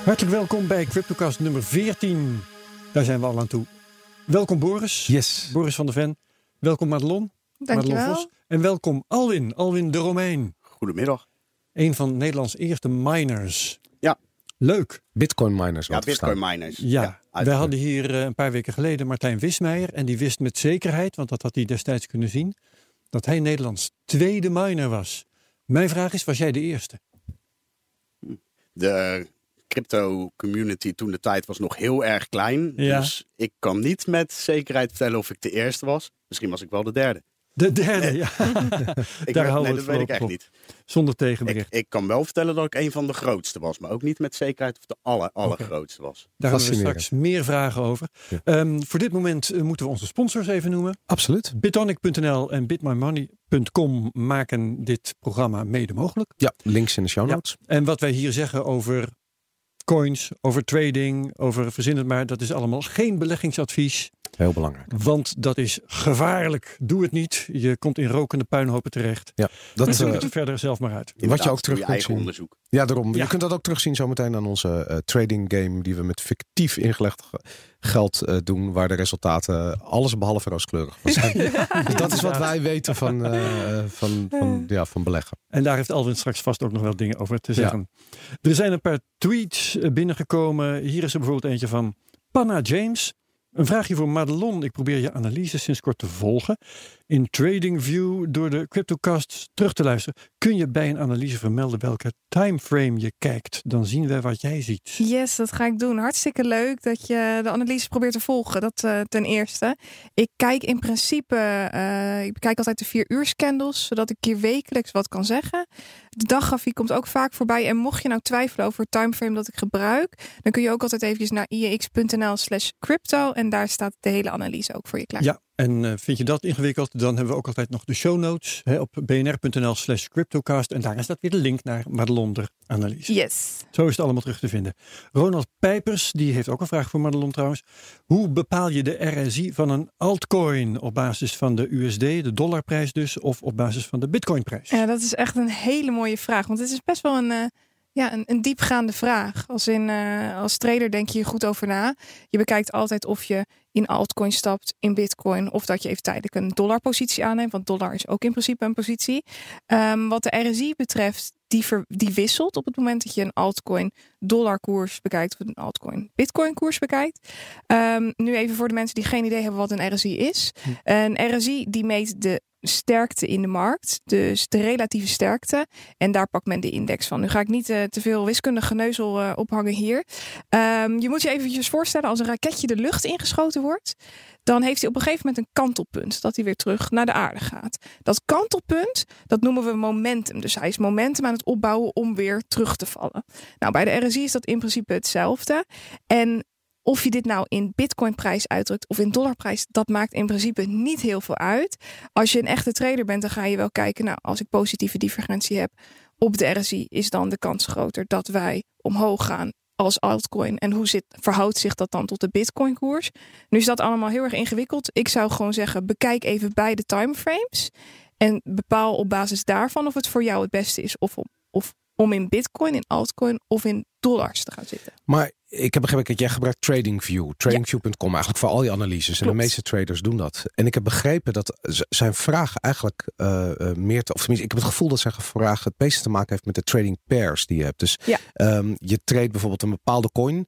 Hartelijk welkom bij CryptoCast nummer 14. Daar zijn we al aan toe. Welkom Boris. Yes. Boris van der Ven. Welkom Madelon. Dankjewel. Madelon Vos. En welkom Alwin de Romein. Goedemiddag. Een van Nederlands eerste miners. Ja. Leuk. Bitcoin miners. Ja, Bitcoin miners. Ja. Wij hadden hier een paar weken geleden Martijn Wismeijer. En die wist met zekerheid, want dat had hij destijds kunnen zien, dat hij Nederlands tweede miner was. Mijn vraag is, was jij de eerste? De crypto community toen de tijd was nog heel erg klein. Ja. Dus ik kan niet met zekerheid vertellen of ik de eerste was. Misschien was ik wel de derde. De derde, ja. Daar houden we dat weet ik echt op. niet. Zonder tegenbericht. Ik kan wel vertellen dat ik een van de grootste was. Maar ook niet met zekerheid of de allergrootste was. Daar hebben we straks meer vragen over. Ja. Voor dit moment moeten we onze sponsors even noemen. Absoluut. Bitonic.nl en bitmymoney.com maken dit programma mede mogelijk. Ja, links in de show notes. Ja. En wat wij hier zeggen over coins, over trading, over verzin het maar, dat is allemaal geen beleggingsadvies. Heel belangrijk. Want dat is gevaarlijk. Doe het niet. Je komt in rokende puinhopen terecht. Ja, dat zoek het verder zelf maar uit. Wat je ook terug je kunt eigen zien. onderzoek. Ja, daarom. Ja. Je kunt dat ook terugzien zometeen aan onze trading game die we met fictief ingelegd geld doen, waar de resultaten alles behalve rooskleurig van zijn. Dus dat is wat wij weten van beleggen. En daar heeft Alwin straks vast ook nog wel dingen over te zeggen. Ja. Er zijn een paar tweets binnengekomen. Hier is er bijvoorbeeld eentje van Panna James. Een vraagje voor Madelon. Ik probeer je analyse sinds kort te volgen. In TradingView door de CryptoCasts terug te luisteren. Kun je bij een analyse vermelden welke timeframe je kijkt? Dan zien we wat jij ziet. Yes, dat ga ik doen. Hartstikke leuk dat je de analyse probeert te volgen. Dat ten eerste. Ik kijk in principe, ik bekijk altijd de 4 uur candles, zodat ik hier wekelijks wat kan zeggen. De daggrafiek komt ook vaak voorbij. En mocht je nou twijfelen over het timeframe dat ik gebruik, dan kun je ook altijd eventjes naar iex.nl/crypto en daar staat de hele analyse ook voor je klaar. Ja. En vind je dat ingewikkeld? Dan hebben we ook altijd nog de show notes op bnr.nl/cryptocast. En daar staat weer de link naar Madelon de analyse. Yes. Zo is het allemaal terug te vinden. Ronald Pijpers, die heeft ook een vraag voor Madelon trouwens. Hoe bepaal je de RSI van een altcoin? Op basis van de USD, de dollarprijs dus, of op basis van de bitcoinprijs? Ja, dat is echt een hele mooie vraag. Want het is best wel een diepgaande vraag. Als trader denk je hier goed over na. Je bekijkt altijd of je in altcoin stapt, in bitcoin, of dat je even tijdelijk een dollarpositie aanneemt. Want dollar is ook in principe een positie. Wat de RSI betreft, die wisselt op het moment dat je een altcoin dollarkoers bekijkt of een altcoin bitcoin koers bekijkt. Nu even voor de mensen die geen idee hebben wat een RSI is. Een RSI die meet de sterkte in de markt, dus de relatieve sterkte. En daar pakt men de index van. Nu ga ik niet te veel wiskundig geneuzel ophangen hier. Je moet je eventjes voorstellen, als een raketje de lucht ingeschoten wordt, dan heeft hij op een gegeven moment een kantelpunt, dat hij weer terug naar de aarde gaat. Dat kantelpunt, dat noemen we momentum. Dus hij is momentum aan het opbouwen om weer terug te vallen. Nou, bij de RSI is dat in principe hetzelfde. En of je dit nou in bitcoinprijs uitdrukt of in dollarprijs, dat maakt in principe niet heel veel uit. Als je een echte trader bent, dan ga je wel kijken, nou, als ik positieve divergentie heb op de RSI, is dan de kans groter dat wij omhoog gaan als altcoin. En hoe verhoudt zich dat dan tot de bitcoin koers? Nu is dat allemaal heel erg ingewikkeld. Ik zou gewoon zeggen, bekijk even beide timeframes en bepaal op basis daarvan of het voor jou het beste is om in bitcoin, in altcoin of in dollars te gaan zitten. Maar ik heb begrepen dat jij gebruikt TradingView. TradingView.com eigenlijk voor al je analyses. Klopt. En de meeste traders doen dat. En ik heb begrepen dat zijn vraag eigenlijk meer of tenminste, ik heb het gevoel dat zijn vraag het meeste te maken heeft met de trading pairs die je hebt. Dus je trade bijvoorbeeld een bepaalde coin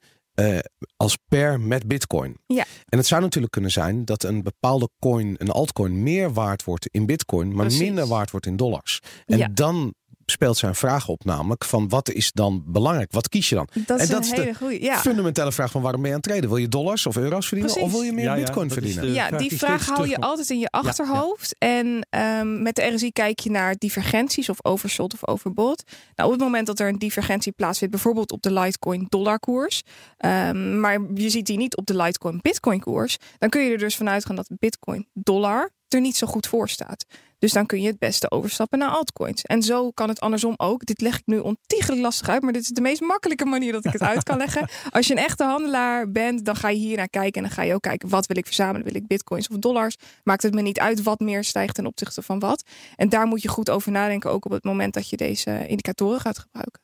als pair met bitcoin. Ja. En het zou natuurlijk kunnen zijn dat een bepaalde coin, een altcoin, meer waard wordt in bitcoin, maar minder waard wordt in dollars. En dan speelt zijn vraag op, namelijk van wat is dan belangrijk? Wat kies je dan? Dat is een hele goeie. Ja. Fundamentele vraag van waarom ben je aan het traden? Wil je dollars of euro's verdienen? Precies. Of wil je meer bitcoin verdienen? Ja, die vraag hou je altijd in je achterhoofd. Ja. En met de RSI kijk je naar divergenties of oversold of overbought. Nou, op het moment dat er een divergentie plaatsvindt, bijvoorbeeld op de Litecoin dollarkoers, maar je ziet die niet op de Litecoin bitcoin koers, dan kun je er dus vanuit gaan dat de bitcoin dollar er niet zo goed voor staat. Dus dan kun je het beste overstappen naar altcoins. En zo kan het andersom ook. Dit leg ik nu ontiegelijk lastig uit, maar dit is de meest makkelijke manier dat ik het uit kan leggen. Als je een echte handelaar bent, dan ga je hier naar kijken en dan ga je ook kijken, wat wil ik verzamelen? Wil ik bitcoins of dollars? Maakt het me niet uit wat meer stijgt ten opzichte van wat. En daar moet je goed over nadenken, ook op het moment dat je deze indicatoren gaat gebruiken.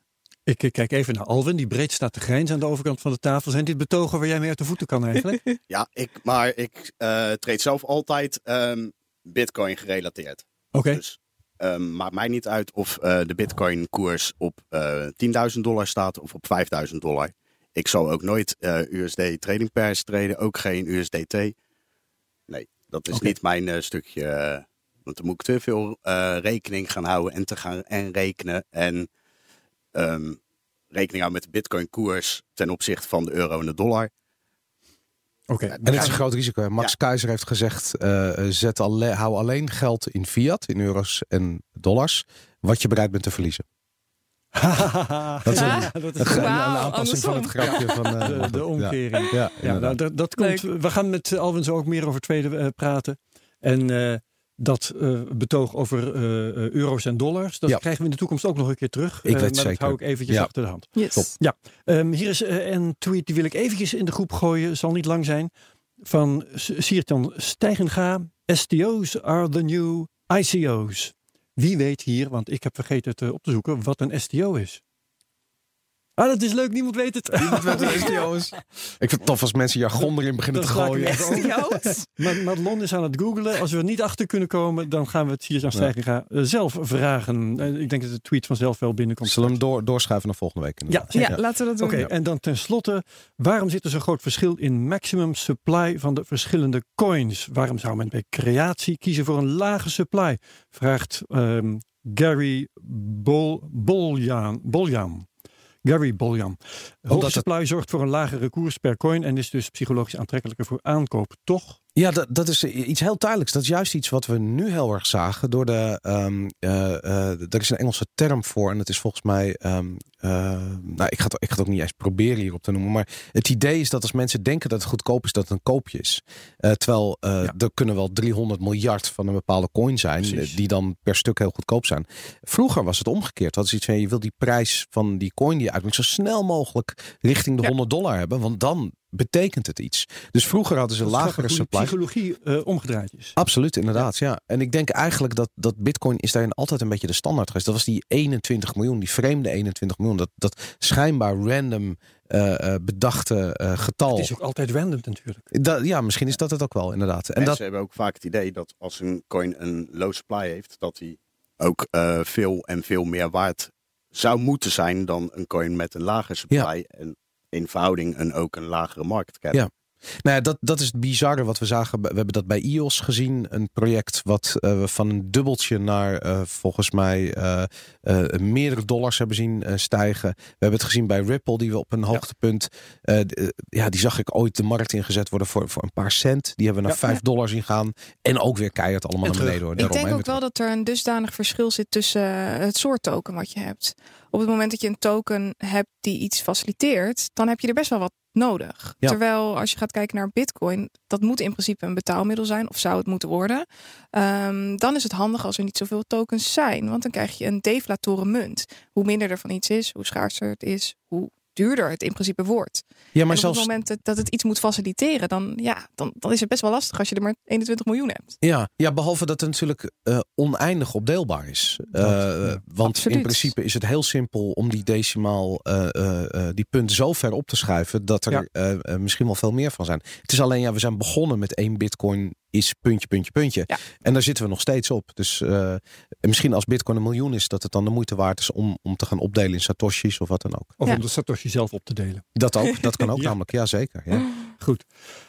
Ik kijk even naar Alwin, die breed staat te grijnzen aan de overkant van de tafel. Zijn dit betogen waar jij mee uit de voeten kan eigenlijk? Ja, ik trade zelf altijd Bitcoin gerelateerd. Oké. Dus maakt mij niet uit of de Bitcoin koers op $10.000 staat of op $5.000. Ik zal ook nooit USD Trading Pairs traden, ook geen USDT. Nee, dat is niet mijn stukje. Want dan moet ik te veel rekening gaan houden en rekenen. En rekening houden met de Bitcoin koers ten opzichte van de euro en de dollar. Oké. En het is een groot risico. Max Keizer heeft gezegd, hou alleen geld in fiat, in euro's en dollars, wat je bereid bent te verliezen. Dat is een aanpassing van het grapje van de omkering. Ja, dat komt. We gaan met Alwin zo ook meer over traden praten. En dat betoog over euro's en dollars, dat krijgen we in de toekomst ook nog een keer terug. Ik weet maar zeker. Dat hou ik eventjes achter de hand. Yes. Top. Ja, hier is een tweet die wil ik eventjes in de groep gooien. Zal niet lang zijn. Van Siertjan Stijgenga. STO's are the new ICO's. Wie weet hier, want ik heb vergeten het op te zoeken, wat een STO is. Ah, dat is leuk. Niemand weet het. Niemand weet wat STO is. Ik vind het tof als mensen jargon erin beginnen te gooien. Madelon is aan het googlen. Als we er niet achter kunnen komen, dan gaan we het hier aan Stijgenga zelf vragen. Ik denk dat de tweet vanzelf wel binnenkomt. Zullen we hem doorschuiven naar volgende week? Ja, laten we dat doen. Oké, en dan tenslotte, waarom zit er zo'n groot verschil in maximum supply van de verschillende coins? Waarom zou men bij creatie kiezen voor een lage supply? Vraagt Gary Boljan. Gary Boljan. Hoge supply zorgt voor een lagere koers per coin en is dus psychologisch aantrekkelijker voor aankoop, toch? Ja, dat is iets heel duidelijks. Dat is juist iets wat we nu heel erg zagen door de... er is een Engelse term voor en dat is volgens mij... ik ga het ook niet eens proberen hierop te noemen. Maar het idee is dat als mensen denken dat het goedkoop is, dat het een koopje is. Terwijl er kunnen wel 300 miljard van een bepaalde coin zijn. Die dan per stuk heel goedkoop zijn. Vroeger was het omgekeerd. Dat is iets van, je wil die prijs van die coin die je uitbrengt zo snel mogelijk richting de $100 hebben. Want dan betekent het iets. Dus vroeger hadden ze lagere supply. Psychologie omgedraaid is. Absoluut, inderdaad. Ja. En ik denk eigenlijk dat Bitcoin is daarin altijd een beetje de standaard geweest. Dat was die 21 miljoen, die vreemde 21 miljoen. Dat schijnbaar random bedachte getal. Het is ook altijd random natuurlijk. Ja, misschien is dat het ook wel, inderdaad. En mensen hebben ook vaak het idee dat als een coin een low supply heeft, dat die ook veel en veel meer waard zou moeten zijn dan een coin met een lage supply. Ja. En in verhouding ook een lagere market cap. Ja. Nou ja, dat is het bizarre wat we zagen. We hebben dat bij EOS gezien. Een project wat we van een dubbeltje naar volgens mij meerdere dollars hebben zien stijgen. We hebben het gezien bij Ripple, die we op een hoogtepunt... die zag ik ooit de markt ingezet worden voor een paar cent. Die hebben we naar $5 zien gaan. En ook weer keihard allemaal naar beneden. Hoor. Ik denk ook wel dat er een dusdanig verschil zit tussen het soort token wat je hebt. Op het moment dat je een token hebt die iets faciliteert, dan heb je er best wel wat nodig. Ja. Terwijl als je gaat kijken naar Bitcoin, dat moet in principe een betaalmiddel zijn, of zou het moeten worden. Dan is het handig als er niet zoveel tokens zijn, want dan krijg je een deflatoren munt. Hoe minder er van iets is, hoe schaarser het is, hoe duurder het in principe wordt. Ja, maar en op het moment dat het iets moet faciliteren, dan is het best wel lastig als je er maar 21 miljoen hebt. Ja, behalve dat het natuurlijk oneindig opdeelbaar is. Want in principe is het heel simpel om die decimaal, die punt zo ver op te schuiven dat er misschien wel veel meer van zijn. Het is alleen, we zijn begonnen met 1 bitcoin is puntje. Ja. En daar zitten we nog steeds op. Dus misschien als Bitcoin 1 miljoen is, dat het dan de moeite waard is om te gaan opdelen in satoshis of wat dan ook. Of om de satoshi zelf op te delen. Dat ook, dat kan ook namelijk. Ja, zeker. Ja. Goed.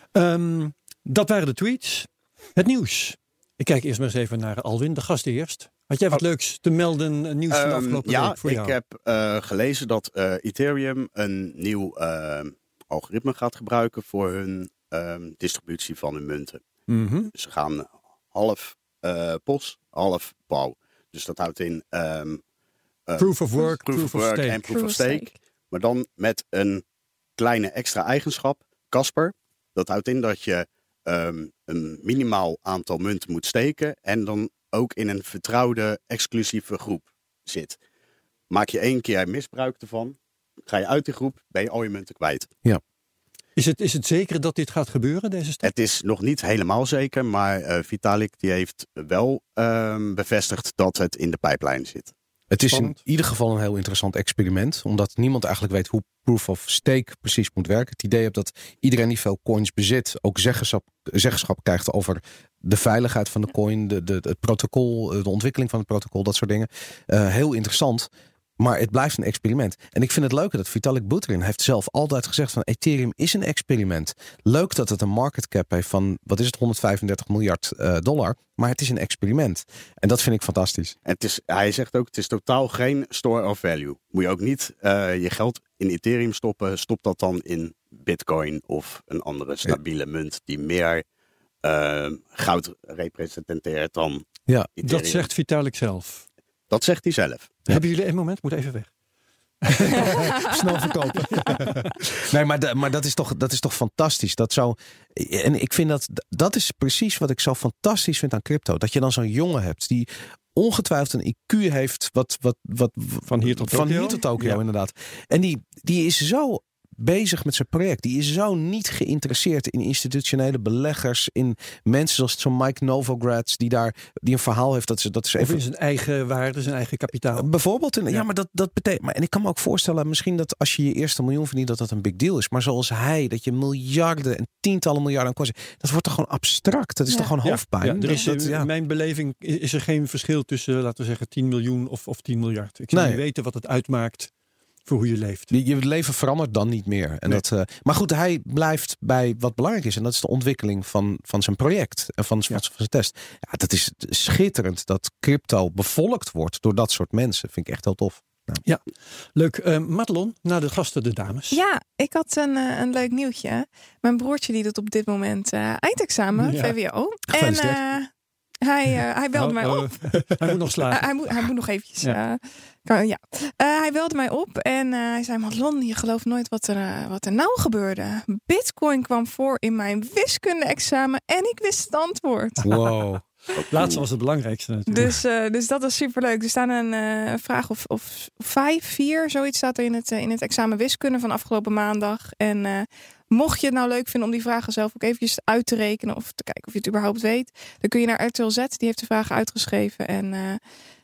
Dat waren de tweets. Het nieuws. Ik kijk eerst maar eens even naar Alwin, de gast eerst. Had jij wat leuks te melden, nieuws van de afgelopen week voor jou? Ik heb gelezen dat Ethereum een nieuw algoritme gaat gebruiken voor hun distributie van hun munten. Mm-hmm. Dus ze gaan half POS, half POW. Dus dat houdt in proof of work, proof of stake en proof of stake. Maar dan met een kleine extra eigenschap, Casper. Dat houdt in dat je een minimaal aantal munten moet steken en dan ook in een vertrouwde, exclusieve groep zit. Maak je 1 keer misbruik ervan, ga je uit de groep, ben je al je munten kwijt. Ja. Is het zeker dat dit gaat gebeuren, deze stap? Het is nog niet helemaal zeker, maar Vitalik die heeft wel bevestigd dat het in de pijplijn zit. Het is Spannend. in ieder geval een heel interessant experiment. Omdat niemand eigenlijk weet hoe proof of stake precies moet werken. Het idee hebt dat iedereen die veel coins bezit ook zeggenschap krijgt over de veiligheid van de coin, het protocol, de ontwikkeling van het protocol, dat soort dingen. Heel interessant. Maar het blijft een experiment. En ik vind het leuke dat Vitalik Buterin heeft zelf altijd gezegd van Ethereum is een experiment. Leuk dat het een market cap heeft van, wat is het, $135 miljard. Maar het is een experiment. En dat vind ik fantastisch. En hij zegt ook, het is totaal geen store of value. Moet je ook niet je geld in Ethereum stoppen. Stop dat dan in Bitcoin of een andere stabiele munt die meer goud representeert dan Ethereum. Dat zegt Vitalik zelf. Dat zegt hij zelf. Ja. Hebben jullie een moment? Moet even weg. Snel verkopen. Nee, maar dat is toch fantastisch. En ik vind dat is precies wat ik zo fantastisch vind aan crypto. Dat je dan zo'n jongen hebt die ongetwijfeld een IQ heeft wat van hier tot Tokio, inderdaad. En die is zo bezig met zijn project. Die is zo niet geïnteresseerd in institutionele beleggers, in mensen zoals zo'n Mike Novogratz die een verhaal heeft dat ze even in zijn eigen waarde, zijn eigen kapitaal. Bijvoorbeeld. Maar dat betekent. En ik kan me ook voorstellen, misschien dat als je je eerste miljoen verdient, dat een big deal is. Maar zoals hij, dat je miljarden en tientallen miljarden aan kosten, dat wordt toch gewoon abstract. Dat is toch gewoon hoofdpijn. In mijn beleving is er geen verschil tussen, laten we zeggen, 10 miljoen of 10 miljard. Ik zou niet weten wat het uitmaakt voor hoe je leeft. Je leven verandert dan niet meer. En maar goed, hij blijft bij wat belangrijk is. En dat is de ontwikkeling van zijn project. En van zijn test. Ja, dat is schitterend dat crypto bevolkt wordt door dat soort mensen. Vind ik echt heel tof. Nou. Ja, leuk. Madelon, naar de gasten, de dames. Ja, ik had een leuk nieuwtje. Mijn broertje die doet op dit moment eindexamen, VWO. En hij belde mij op. Hij moet nog slagen. Hij moet nog eventjes. Hij belde mij op en hij zei: Madelon, je gelooft nooit wat er nou gebeurde. Bitcoin kwam voor in mijn wiskunde-examen en ik wist het antwoord. Wow. Het laatste was het belangrijkste natuurlijk. Dus dat is superleuk. Er staan een vraag of 5, 4, zoiets staat er in het examen wiskunde van afgelopen maandag. En mocht je het nou leuk vinden om die vragen zelf ook eventjes uit te rekenen of te kijken of je het überhaupt weet, dan kun je naar RTL Z. Die heeft de vragen uitgeschreven en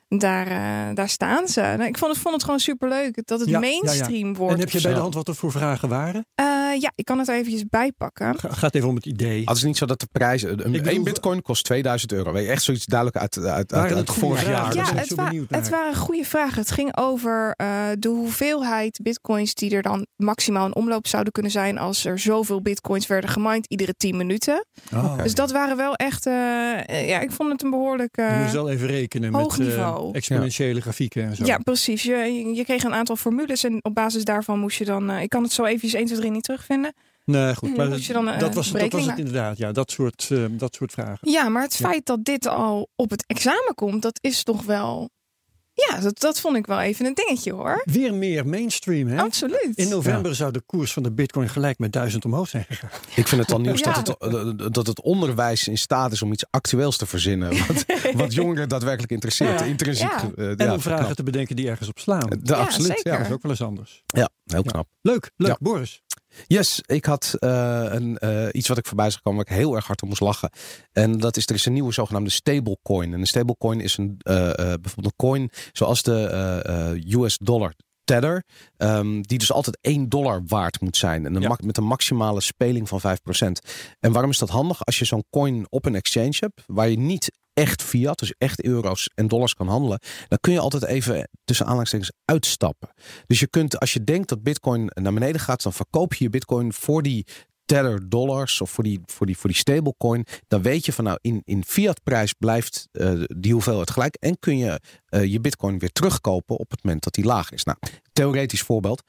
daar staan ze. Nou, ik vond het gewoon superleuk dat het mainstream wordt. En heb je bij de hand wat er voor vragen waren? Ja, ik kan het er eventjes bij pakken. Gaat even om het idee. Het is niet zo dat de prijs... Een bitcoin kost €2000. Weet je, echt zoiets duidelijk uit vorig jaar. Ja, het waren goede vragen. Het ging over de hoeveelheid bitcoins die er dan maximaal in omloop zouden kunnen zijn als er zoveel bitcoins werden gemined iedere 10 minuten. Dus dat waren wel echt... ik vond het een behoorlijk je moest wel even rekenen hoog met niveau. Exponentiële grafieken en zo. Ja, precies. Je kreeg een aantal formules en op basis daarvan moest je dan... ik kan het zo eventjes 1, 2, 3 niet terugvinden. Nee, goed. Maar dat was het inderdaad. Ja, dat soort vragen. Ja, maar het feit dat dit al op het examen komt, dat is toch wel... Ja, dat vond ik wel even een dingetje hoor. Weer meer mainstream, hè? Absoluut. In november zou de koers van de bitcoin gelijk met 1000 omhoog zijn gegaan. Ik vind het al nieuws dat het onderwijs in staat is om iets actueels te verzinnen. Wat jongeren daadwerkelijk interesseert. Intrinsiek. En om vragen knap te bedenken die ergens op slaan. Absoluut. Zeker. Ja, dat is ook wel eens anders. Ja, heel knap. Leuk. Boris. Yes, ik had iets wat ik voorbij zag komen waar ik heel erg hard om moest lachen. En dat is, er is een nieuwe zogenaamde stablecoin. En een stablecoin is bijvoorbeeld een coin zoals de US dollar Tether, die dus altijd $1 waard moet zijn. En met een maximale speling van 5%. En waarom is dat handig? Als je zo'n coin op een exchange hebt, waar je niet echt fiat, dus echt euro's en dollars kan handelen, dan kun je altijd even tussen aanhalingstekens uitstappen. Dus je kunt, als je denkt dat bitcoin naar beneden gaat, dan verkoop je bitcoin voor die Tether dollars of voor die stablecoin. Dan weet je van nou, in fiat prijs blijft die hoeveelheid gelijk en kun je je bitcoin weer terugkopen op het moment dat die laag is. Nou, theoretisch voorbeeld.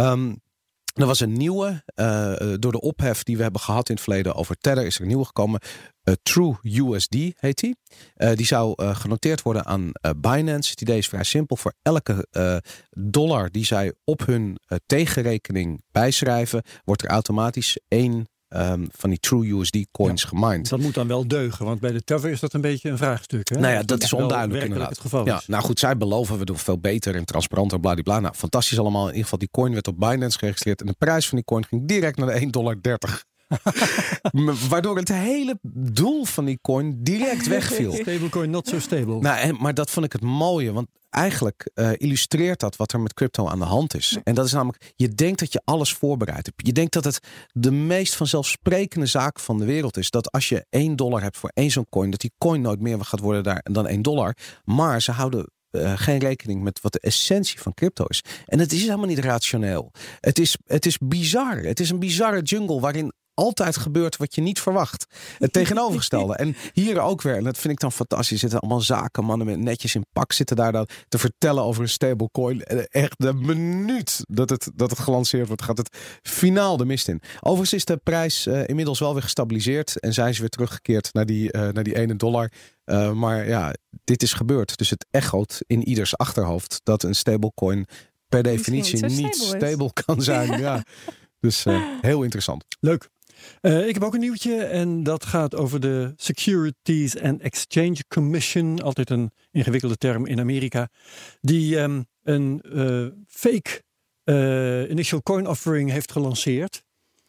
Er was een nieuwe, door de ophef die we hebben gehad in het verleden over Tether is er een nieuwe gekomen. True USD heet die. Die zou genoteerd worden aan Binance. Het idee is vrij simpel. Voor elke dollar die zij op hun tegenrekening bijschrijven, wordt er automatisch 1 van die True USD coins gemined. Dat moet dan wel deugen, want bij de Tether is dat een beetje een vraagstuk. Hè? Nou ja, dat is onduidelijk inderdaad. Het geval is. Nou goed, zij beloven we doen veel beter en transparanter, bladibla. Nou, fantastisch allemaal. In ieder geval, die coin werd op Binance geregistreerd en de prijs van die coin ging direct naar de $1,30. Waardoor het hele doel van die coin direct wegviel. Stablecoin not so stable. Nou, maar dat vond ik het mooie. Want eigenlijk illustreert dat wat er met crypto aan de hand is. En dat is namelijk, je denkt dat je alles voorbereid hebt. Je denkt dat het de meest vanzelfsprekende zaak van de wereld is. Dat als je $1 hebt voor één zo'n coin, dat die coin nooit meer gaat worden dan $1. Maar ze houden geen rekening met wat de essentie van crypto is. En het is helemaal niet rationeel. Het is bizar. Het is een bizarre jungle waarin altijd gebeurt wat je niet verwacht. Het tegenovergestelde. En hier ook weer. En dat vind ik dan fantastisch. Zitten allemaal zakenmannen met netjes in pak zitten daar dan te vertellen over een stablecoin. Echt de minuut dat het gelanceerd wordt, gaat het finaal de mist in. Overigens is de prijs inmiddels wel weer gestabiliseerd. En zijn ze weer teruggekeerd naar die $1. Maar ja, dit is gebeurd. Dus het echoot in ieders achterhoofd dat een stablecoin per definitie niet stable kan zijn. Ja. Dus heel interessant. Leuk. Ik heb ook een nieuwtje en dat gaat over de Securities and Exchange Commission. Altijd een ingewikkelde term in Amerika. Die een fake initial coin offering heeft gelanceerd.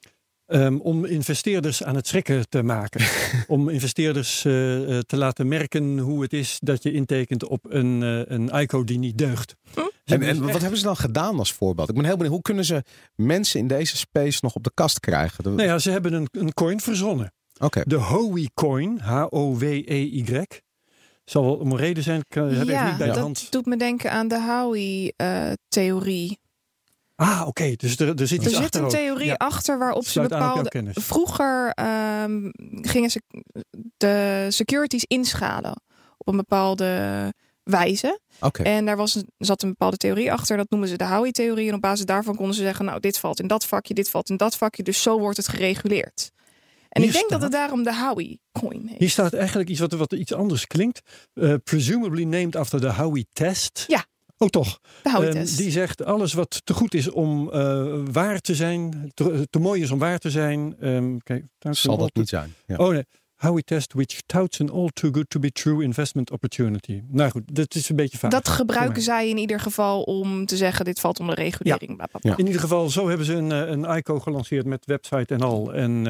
Om investeerders aan het schrikken te maken. Om investeerders te laten merken hoe het is dat je intekent op een ICO die niet deugt. En wat hebben ze dan gedaan als voorbeeld? Ik ben heel benieuwd, hoe kunnen ze mensen in deze space nog op de kast krijgen? Nou ja, ze hebben een coin verzonnen. Okay. De Howey coin, Howey. Zal wel om een reden zijn. Heb even niet bij de hand. Dat doet me denken aan de Howey-theorie. Oké. Dus er zit iets achter. Er zit een theorie achter waarop ze bepaalde... Vroeger gingen ze de securities inschalen op een bepaalde wijze. Okay. En daar zat een bepaalde theorie achter. Dat noemen ze de Howey-theorie. En op basis daarvan konden ze zeggen, nou, dit valt in dat vakje, dit valt in dat vakje. Dus zo wordt het gereguleerd. En ik denk dat het daarom de Howey-coin heet. Hier staat eigenlijk iets wat iets anders klinkt. Presumably named after the Howey test. Ja. Oh, toch. De Howey-test. Die zegt alles wat te goed is om waar te zijn, te mooi is om waar te zijn. Zal dat niet zijn. Ja. Oh nee. Howey test which touts an all too good to be true investment opportunity. Nou goed, dat is een beetje vaag. Dat gebruiken zij in ieder geval om te zeggen, dit valt onder regulering. Ja. Bla, bla, bla. Ja. In ieder geval, zo hebben ze een ICO gelanceerd met website en al. En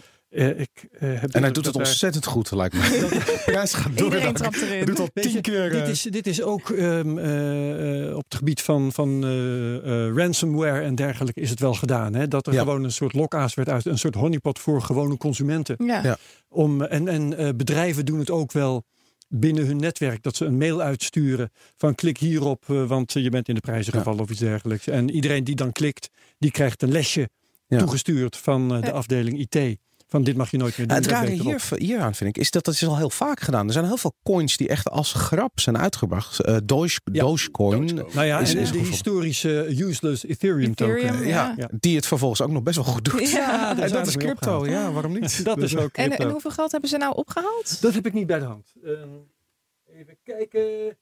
hij doet het ontzettend goed, lijkt me. De prijs gaat door. Iedereen trapt erin. Hij doet al 10 keer. Dit is ook op het gebied van ransomware en dergelijke is het wel gedaan. Hè? Dat er gewoon een soort lokaas werd uit, een soort honeypot voor gewone consumenten. Ja. En bedrijven doen het ook wel binnen hun netwerk. Dat ze een mail uitsturen van klik hierop, want je bent in de prijzen gevallen of iets dergelijks. En iedereen die dan klikt, die krijgt een lesje toegestuurd van de afdeling IT. Van dit mag je nooit meer doen. Het rare hieraan vind ik, is dat is al heel vaak gedaan. Er zijn heel veel coins die echt als grap zijn uitgebracht. Dogecoin. Nou ja, is de historische useless Ethereum token. Ja. Die het vervolgens ook nog best wel goed doet. Ja, dat is crypto. Ja, waarom niet? Dat is ook crypto. En hoeveel geld hebben ze nou opgehaald? Dat heb ik niet bij de hand. Even kijken.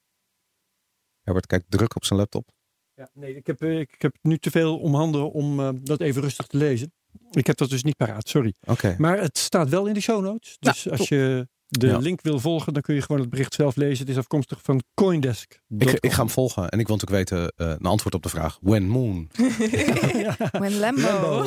Herbert kijkt druk op zijn laptop. Ja, nee, ik heb nu te veel om handen om dat even rustig te lezen. Ik heb dat dus niet paraat, sorry. Okay. Maar het staat wel in de show notes. Dus als je de link wil volgen, dan kun je gewoon het bericht zelf lezen. Het is afkomstig van Coindesk. Ik ga hem volgen en ik wil natuurlijk weten een antwoord op de vraag. When Moon? When Lambo.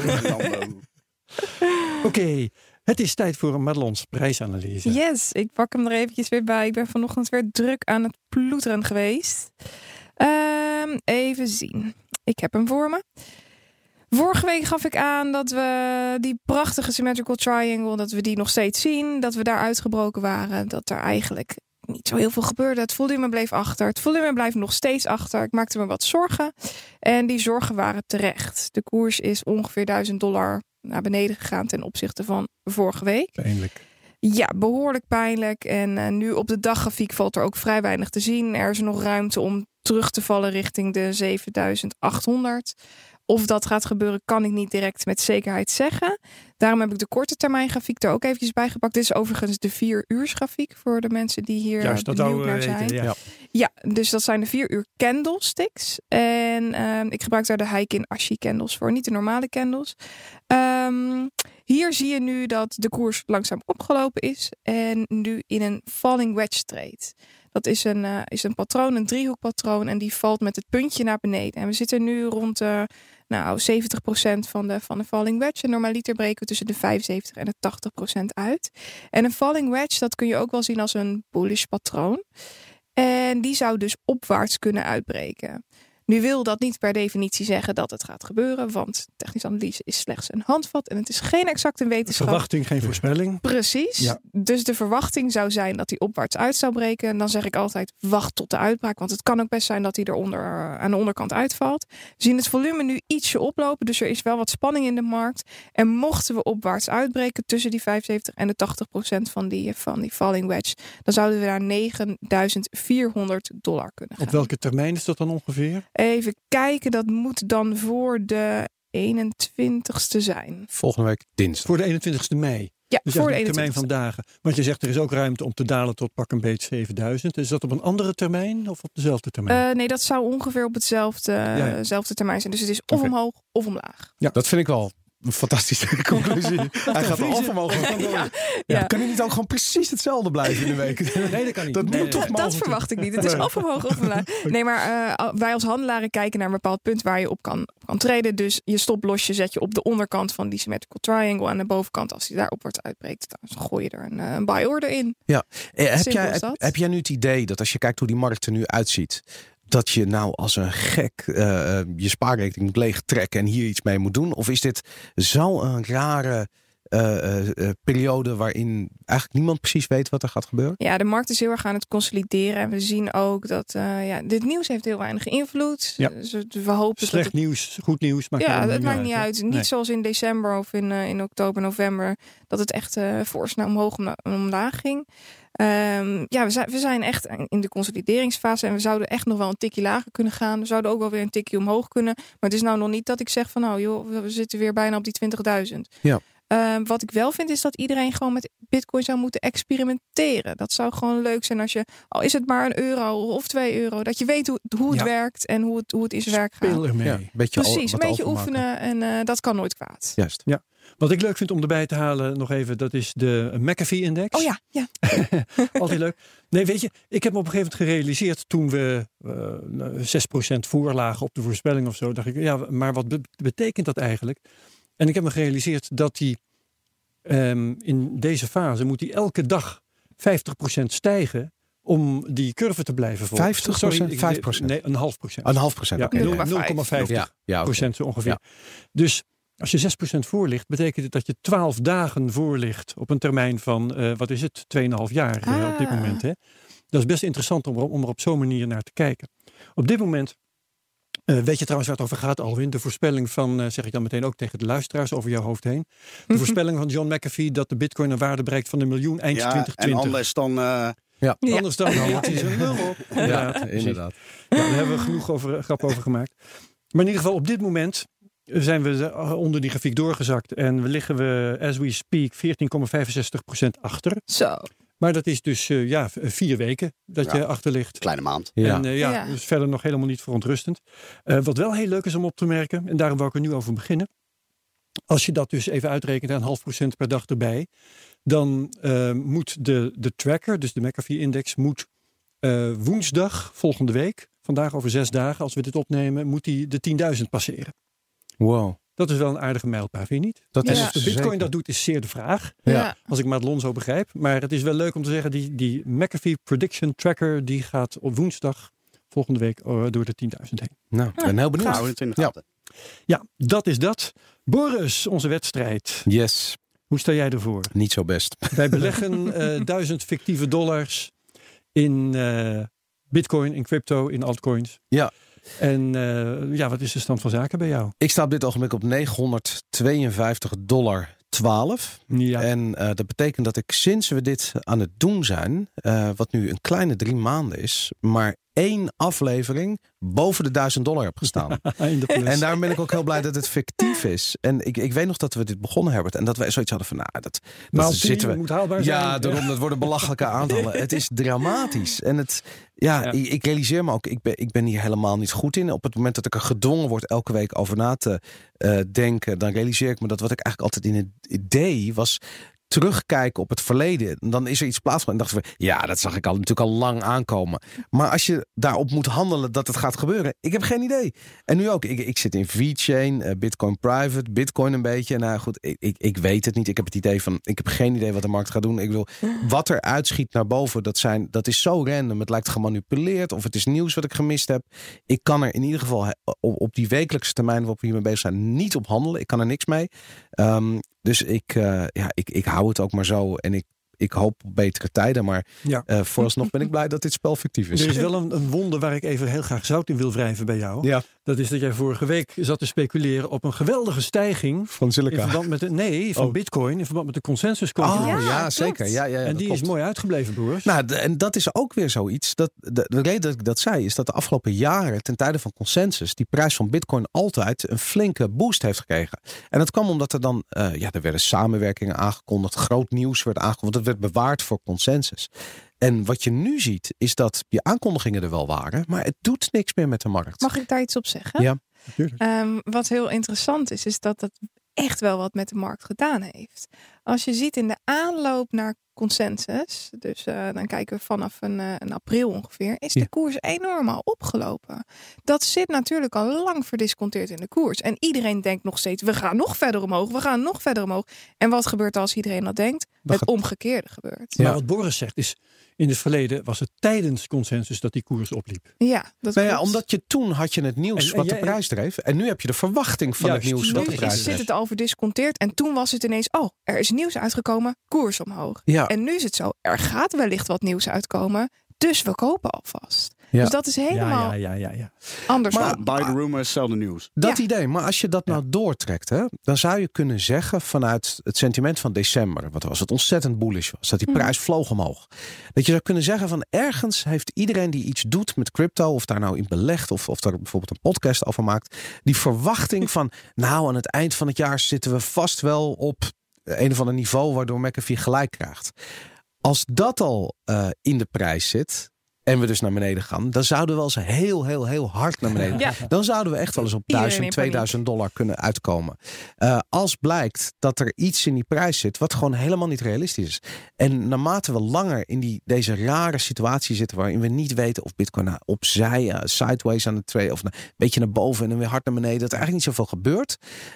Oké, het is tijd voor een Madelons prijsanalyse. Yes, ik pak hem er eventjes weer bij. Ik ben vanochtend weer druk aan het ploeteren geweest. Even zien. Ik heb hem voor me. Vorige week gaf ik aan dat we die prachtige symmetrical triangle, dat we die nog steeds zien. Dat we daar uitgebroken waren. Dat er eigenlijk niet zo heel veel gebeurde. Het volume bleef achter. Het volume blijft nog steeds achter. Ik maakte me wat zorgen. En die zorgen waren terecht. De koers is ongeveer $1000 naar beneden gegaan ten opzichte van vorige week. Pijnlijk. Ja, behoorlijk pijnlijk. En nu op de daggrafiek valt er ook vrij weinig te zien. Er is nog ruimte om terug te vallen richting de 7800. Of dat gaat gebeuren, kan ik niet direct met zekerheid zeggen. Daarom heb ik de korte termijn grafiek er ook eventjes bij gepakt. Dit is overigens de 4-uurs grafiek voor de mensen die hier benieuwd naar zijn. Ja, dus dat zijn de 4 uur candlesticks. En ik gebruik daar de Heikin Ashi candles voor, niet de normale candles. Hier zie je nu dat de koers langzaam opgelopen is en nu in een falling wedge treedt. Dat is een patroon, een driehoekpatroon. En die valt met het puntje naar beneden. En we zitten nu rond 70% van de falling wedge. En normaliter breken we tussen de 75 en de 80% uit. En een falling wedge, dat kun je ook wel zien als een bullish patroon. En die zou dus opwaarts kunnen uitbreken. Nu wil dat niet per definitie zeggen dat het gaat gebeuren, want technische analyse is slechts een handvat en het is geen exacte wetenschap. Verwachting, geen voorspelling. Precies. Ja. Dus de verwachting zou zijn dat hij opwaarts uit zou breken. En dan zeg ik altijd, wacht tot de uitbraak, want het kan ook best zijn dat hij aan de onderkant uitvalt. We zien het volume nu ietsje oplopen, dus er is wel wat spanning in de markt. En mochten we opwaarts uitbreken tussen die 75 en de 80% van die falling wedge, dan zouden we naar $9.400 kunnen gaan. Op welke termijn is dat dan ongeveer? Even kijken, dat moet dan voor de 21ste zijn. Volgende week dinsdag. Voor de 21ste mei. Ja, dus voor de 21ste. termijn van dagen. Want je zegt er is ook ruimte om te dalen tot pak een beet 7000. Is dat op een andere termijn of op dezelfde termijn? Nee, dat zou ongeveer op hetzelfde termijn zijn. Dus het is of omhoog of omlaag. Ja, dat vind ik wel een fantastische conclusie. Hij gaat er af omhoog. Kan hij niet ook gewoon precies hetzelfde blijven in de week? Nee, dat kan niet. Dat verwacht ik niet. Het is of omhoog of omlaag. Nee, maar wij als handelaren kijken naar een bepaald punt waar je op kan treden. Dus je stoplosje zet je op de onderkant van die symmetrical triangle. Aan de bovenkant, als die daar opwaarts uitbreekt, dan gooi je er een buy order in. Ja. Heb jij nu het idee dat als je kijkt hoe die markt er nu uitziet, dat je nou als een gek je spaarrekening moet leegtrekken en hier iets mee moet doen? Of is dit zo'n rare periode waarin eigenlijk niemand precies weet wat er gaat gebeuren? Ja, de markt is heel erg aan het consolideren. En we zien ook dat dit nieuws heeft heel weinig invloed. Ja. Dus we hopen slecht nieuws, goed nieuws. Het maakt niet uit. Niet zoals in december of in oktober, november, dat het echt fors naar omhoog en omlaag ging. We zijn echt in de consolideringsfase en we zouden echt nog wel een tikje lager kunnen gaan. We zouden ook wel weer een tikje omhoog kunnen. Maar het is nou nog niet dat ik zeg van we zitten weer bijna op die 20.000. Ja. Wat ik wel vind is dat iedereen gewoon met Bitcoin zou moeten experimenteren. Dat zou gewoon leuk zijn als je, al is het maar €1 of €2, dat je weet hoe het werkt en hoe het in zijn werk gaat. Speel ermee. Ja, Precies, een beetje oefenen en dat kan nooit kwaad. Juist. Ja. Wat ik leuk vind om erbij te halen nog even, dat is de McAfee-index. Oh ja. Altijd leuk. Nee, weet je, ik heb me op een gegeven moment gerealiseerd toen we 6% voorlagen op de voorspelling of zo. Dacht ik, maar wat betekent dat eigenlijk? En ik heb me gerealiseerd dat die in deze fase moet die elke dag 50% stijgen om die curve te blijven volgen. 50%? 5%? Nee, een half procent. Een half procent. Ja, Okay. 0,50% zo ongeveer. Ja. Dus als je 6% voor ligt, betekent het dat je 12 dagen voor ligt op een termijn van, 2,5 jaar op dit moment. Hè? Dat is best interessant om er op zo'n manier naar te kijken. Op dit moment, weet je trouwens waar het over gaat, Alwin? De voorspelling van, zeg ik dan meteen ook tegen de luisteraars over jouw hoofd heen. De voorspelling van John McAfee dat de Bitcoin een waarde bereikt van 1 miljoen eind 2020. En anders dan... Anders dan het is een nul op. Ja, inderdaad. Ja, daar hebben we genoeg grap over gemaakt. Maar in ieder geval op dit moment zijn we onder die grafiek doorgezakt. En liggen we, as we speak, 14,65% achter. Zo. Maar dat is dus 4 weken dat je achter ligt. Kleine maand. Dus verder nog helemaal niet verontrustend. Wat wel heel leuk is om op te merken, en daarom wou ik er nu over beginnen. Als je dat dus even uitrekent aan 0,5% per dag erbij, dan moet de tracker, dus de McAfee-index, moet woensdag volgende week, vandaag over 6 dagen, als we dit opnemen, moet die de 10.000 passeren. Wow. Dat is wel een aardige mijlpaal, vind je niet? Dat is of de Bitcoin dat doet, is zeer de vraag. Ja. Als ik Madelon zo begrijp. Maar het is wel leuk om te zeggen, die McAfee Prediction Tracker, die gaat op woensdag volgende week door de 10.000 heen. Nou, ik ben heel benieuwd. Houden het in de gaten. Ja, dat is dat. Boris, onze wedstrijd. Yes. Hoe sta jij ervoor? Niet zo best. Wij beleggen 1000 fictieve dollars in Bitcoin, in crypto, in altcoins. Ja. En wat is de stand van zaken bij jou? Ik sta op dit ogenblik op $952,12. Ja. En dat betekent dat ik sinds we dit aan het doen zijn, wat nu een kleine 3 maanden is, maar 1 aflevering boven de $1000 heb gestaan. En daarom ben ik ook heel blij dat het fictief is. En ik weet nog dat we dit begonnen, Herbert, en dat wij zoiets hadden van, dat zitten we. Moet haalbaar zijn. Ja, daarom, dat worden belachelijke aantallen. Het is dramatisch. En ik realiseer me ook, ik ben hier helemaal niet goed in. Op het moment dat ik er gedwongen word elke week over na te denken, dan realiseer ik me dat wat ik eigenlijk altijd in het idee was, terugkijken op het verleden, dan is er iets plaatsgevonden. En dachten we, ja, dat zag ik natuurlijk al lang aankomen. Maar als je daarop moet handelen dat het gaat gebeuren, ik heb geen idee. En nu ook, ik zit in VeChain, Bitcoin Private, Bitcoin een beetje. Nou goed, ik weet het niet. Ik heb het idee van, ik heb geen idee wat de markt gaat doen. Ik wil, wat er uitschiet naar boven, dat is zo random. Het lijkt gemanipuleerd of het is nieuws wat ik gemist heb. Ik kan er in ieder geval op die wekelijkse termijn waarop we hiermee bezig zijn niet op handelen. Ik kan er niks mee. Dus ik hou het ook maar zo. En ik hoop op betere tijden. Maar vooralsnog ben ik blij dat dit spel fictief is. Er is wel een wonder waar ik even heel graag zout in wil wrijven bij jou. Ja. Dat is dat jij vorige week zat te speculeren op een geweldige stijging. Van Silica. In verband met van Bitcoin. In verband met de consensusconferentie. Ja, zeker. Ja, en die is mooi uitgebleven, broers. Nou, en dat is ook weer zoiets. De reden dat ik dat zei is dat de afgelopen jaren ten tijde van consensus die prijs van Bitcoin altijd een flinke boost heeft gekregen. En dat kwam omdat er dan er werden samenwerkingen aangekondigd. Groot nieuws werd aangekondigd. Het werd bewaard voor consensus. En wat je nu ziet, is dat je aankondigingen er wel waren, maar het doet niks meer met de markt. Mag ik daar iets op zeggen? Ja. Wat heel interessant is dat het echt wel wat met de markt gedaan heeft. Als je ziet in de aanloop naar consensus, dus dan kijken we vanaf een april ongeveer, is de koers enorm al opgelopen. Dat zit natuurlijk al lang verdisconteerd in de koers. En iedereen denkt nog steeds, we gaan nog verder omhoog, we gaan nog verder omhoog. En wat gebeurt als iedereen dat denkt? Het omgekeerde gebeurt. Maar wat Boris zegt is, in het verleden was het tijdens consensus dat die koers opliep. Ja, dat omdat toen had je het nieuws wat de prijs dreef. En nu heb je de verwachting van het nieuws wat de prijs dreef. Nu zit het al verdisconteerd. En toen was het ineens, er is nieuws uitgekomen, koers omhoog. Ja. En nu is het zo, er gaat wellicht wat nieuws uitkomen. Dus we kopen alvast. Ja. Dus dat is helemaal anders. Maar buy the rumors, sell the news. Dat idee. Maar als je dat nou doortrekt, dan zou je kunnen zeggen vanuit het sentiment van december, wat was het ontzettend bullish was, dat die prijs vloog omhoog. Dat je zou kunnen zeggen van ergens heeft iedereen die iets doet met crypto, of daar nou in belegt, of daar bijvoorbeeld een podcast over maakt, die verwachting van, nou aan het eind van het jaar zitten we vast wel op een of ander niveau waardoor McAfee gelijk krijgt. Als dat al in de prijs zit en we dus naar beneden gaan, dan zouden we wel eens heel hard naar beneden gaan. Dan zouden we echt wel eens op $1,000-$2,000 kunnen uitkomen. Als blijkt dat er iets in die prijs zit wat gewoon helemaal niet realistisch is. En naarmate we langer in deze rare situatie zitten waarin we niet weten of Bitcoin opzij, sideways aan het traden of een beetje naar boven en dan weer hard naar beneden, dat er eigenlijk niet zoveel gebeurt.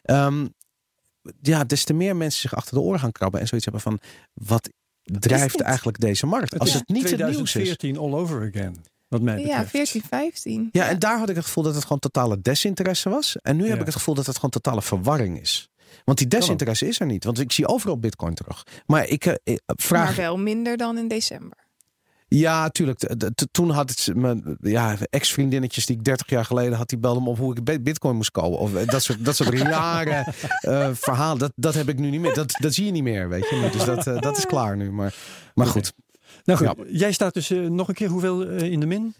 Des te meer mensen zich achter de oren gaan krabben en zoiets hebben van, wat drijft eigenlijk deze markt? Als het niet het nieuws is. 2014 all over again. Wat mij betreft. Ja, 14, 15. Ja, en daar had ik het gevoel dat het gewoon totale desinteresse was. En nu heb ik het gevoel dat het gewoon totale verwarring is. Want die desinteresse is er niet. Want ik zie overal Bitcoin terug. Maar ik vraag. Maar wel minder dan in december. Ja, tuurlijk. Toen had het mijn ex-vriendinnetjes die ik 30 jaar geleden had, die belden me op hoe ik Bitcoin moest kopen. Of dat soort rare verhalen. Dat heb ik nu niet meer. Dat zie je niet meer, weet je. Dus dat is klaar nu. Maar goed. Nou goed, jij staat dus nog een keer hoeveel in de min?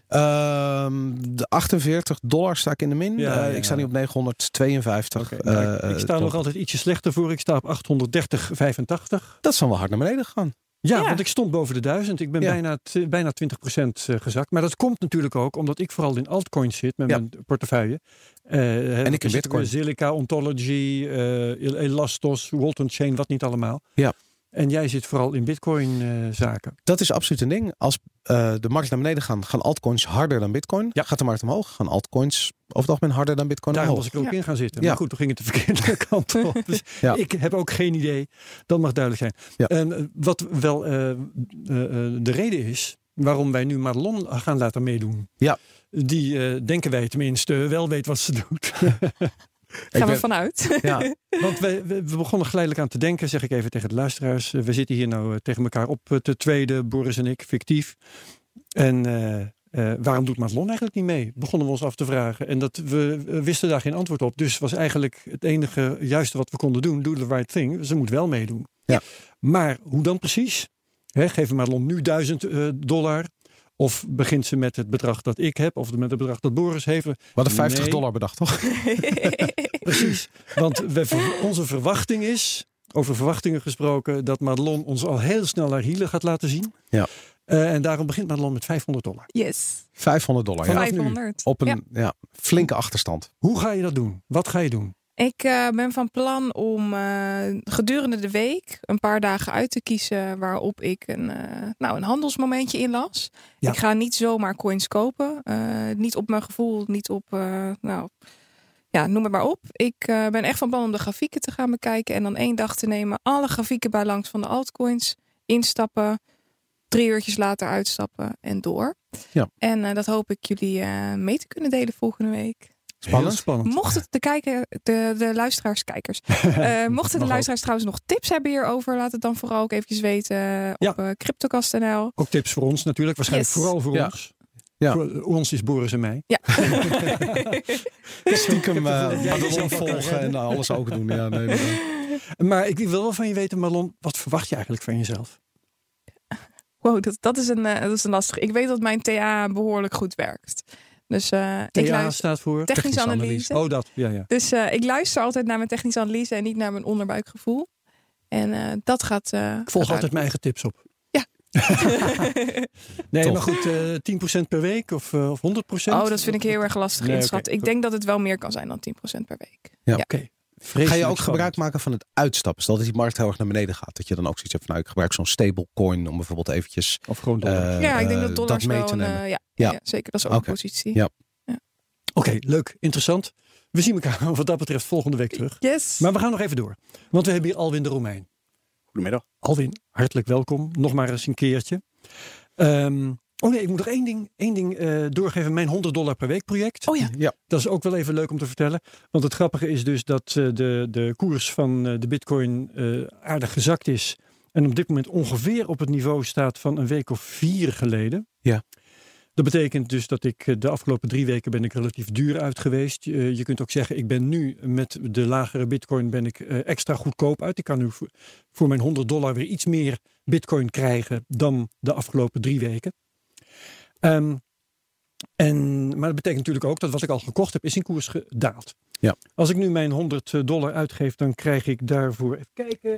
De $48 sta ik in de min. Ik sta nu op 952. Ik sta nog altijd ietsje slechter voor. Ik sta op 830,85. Dat is dan wel hard naar beneden gegaan. Ja, want ik stond boven de 1000. Ik ben bijna 20% gezakt. Maar dat komt natuurlijk ook omdat ik vooral in altcoins zit met mijn portefeuille. En ik in Bitcoin. Silica, Ontology, Elastos, Walton Chain, wat niet allemaal. Ja. En jij zit vooral in Bitcoin zaken. Dat is absoluut een ding. Als de markt naar beneden gaan altcoins harder dan Bitcoin. Ja. Gaat de markt omhoog, gaan altcoins over het algemeen harder dan Bitcoin omhoog. Daar was ik er ook in gaan zitten. Maar goed, toen ging het de verkeerde kant op. Dus ik heb ook geen idee. Dat mag duidelijk zijn. Ja. Wat wel de reden is waarom wij nu Madelon gaan laten meedoen. Ja. Die denken wij tenminste wel weet wat ze doet. Gaan we vanuit. Ja, want we begonnen geleidelijk aan te denken, zeg ik even tegen de luisteraars. We zitten hier nou tegen elkaar op te tweede, Boris en ik, fictief. En waarom doet Madelon eigenlijk niet mee? Begonnen we ons af te vragen. En we wisten daar geen antwoord op. Dus was eigenlijk het enige juiste wat we konden doen. Do the right thing. Ze moet wel meedoen. Ja. Maar hoe dan precies? Geven Madelon nu $1.000? Of begint ze met het bedrag dat ik heb, of met het bedrag dat Boris heeft? Wat een $50 bedrag, toch? Precies. Want onze verwachting is, over verwachtingen gesproken, dat Madelon ons al heel snel haar hielen gaat laten zien. Ja. En daarom begint Madelon met $500. Yes. $500. $500. Op een flinke achterstand. Hoe ga je dat doen? Wat ga je doen? Ik ben van plan om gedurende de week een paar dagen uit te kiezen waarop ik een handelsmomentje inlas. Ja. Ik ga niet zomaar coins kopen. Niet op mijn gevoel, niet op, noem het maar op. Ik ben echt van plan om de grafieken te gaan bekijken en dan 1 dag te nemen. Alle grafieken bij langs van de altcoins instappen. 3 uurtjes later uitstappen en door. Ja. En dat hoop ik jullie mee te kunnen delen volgende week. Heel spannend. Mochten de luisteraars, kijkers. Mochten de luisteraars trouwens nog tips hebben hierover, laat het dan vooral ook eventjes weten op CryptoCast.nl. Ook tips voor ons natuurlijk. Waarschijnlijk vooral voor ons. Ja. Voor ons is Boris en mij. Ja. Stiekem Madelon volgen en alles ook doen. Ja, nee. Maar ik wil wel van je weten, Madelon, wat verwacht je eigenlijk van jezelf? Wow, dat is een lastige. Ik weet dat mijn TA behoorlijk goed werkt. Dus TA staat voor? Technische analyse. Oh, dat. Ja. Dus ik luister altijd naar mijn technische analyse en niet naar mijn onderbuikgevoel. En dat gaat... ik volg altijd mijn eigen tips op. Ja. Nee, maar goed, 10% per week of 100%? Oh, dat vind ik heel erg lastig inschatten. Okay. Ik denk dat het wel meer kan zijn dan 10% per week. Ja. Oké. Ga je ook gebruik maken van het uitstappen? Stel dat die markt heel erg naar beneden gaat. Dat je dan ook zoiets hebt van, ik gebruik zo'n stablecoin om bijvoorbeeld eventjes... Of gewoon dollar. Ja, ik denk dat dollars mee wel te nemen. Ja, zeker. Dat is ook een positie. Ja. Oké, leuk. Interessant. We zien elkaar wat dat betreft volgende week terug. Yes. Maar we gaan nog even door. Want we hebben hier Alwin de Romein. Goedemiddag. Alwin, hartelijk welkom. Nog maar eens een keertje. Ik moet nog één ding doorgeven. Mijn $100 per week project. Oh ja. Dat is ook wel even leuk om te vertellen. Want het grappige is dus dat de koers van de bitcoin aardig gezakt is. En op dit moment ongeveer op het niveau staat van een week of 4 geleden. Ja. Dat betekent dus dat ik de afgelopen 3 weken ben ik relatief duur uit geweest. Je kunt ook zeggen, ik ben nu met de lagere bitcoin ben ik extra goedkoop uit. Ik kan nu voor mijn $100 weer iets meer bitcoin krijgen dan de afgelopen 3 weken. Maar dat betekent natuurlijk ook dat wat ik al gekocht heb is in koers gedaald. Ja. Als ik nu mijn $100 uitgeef, dan krijg ik daarvoor, even kijken,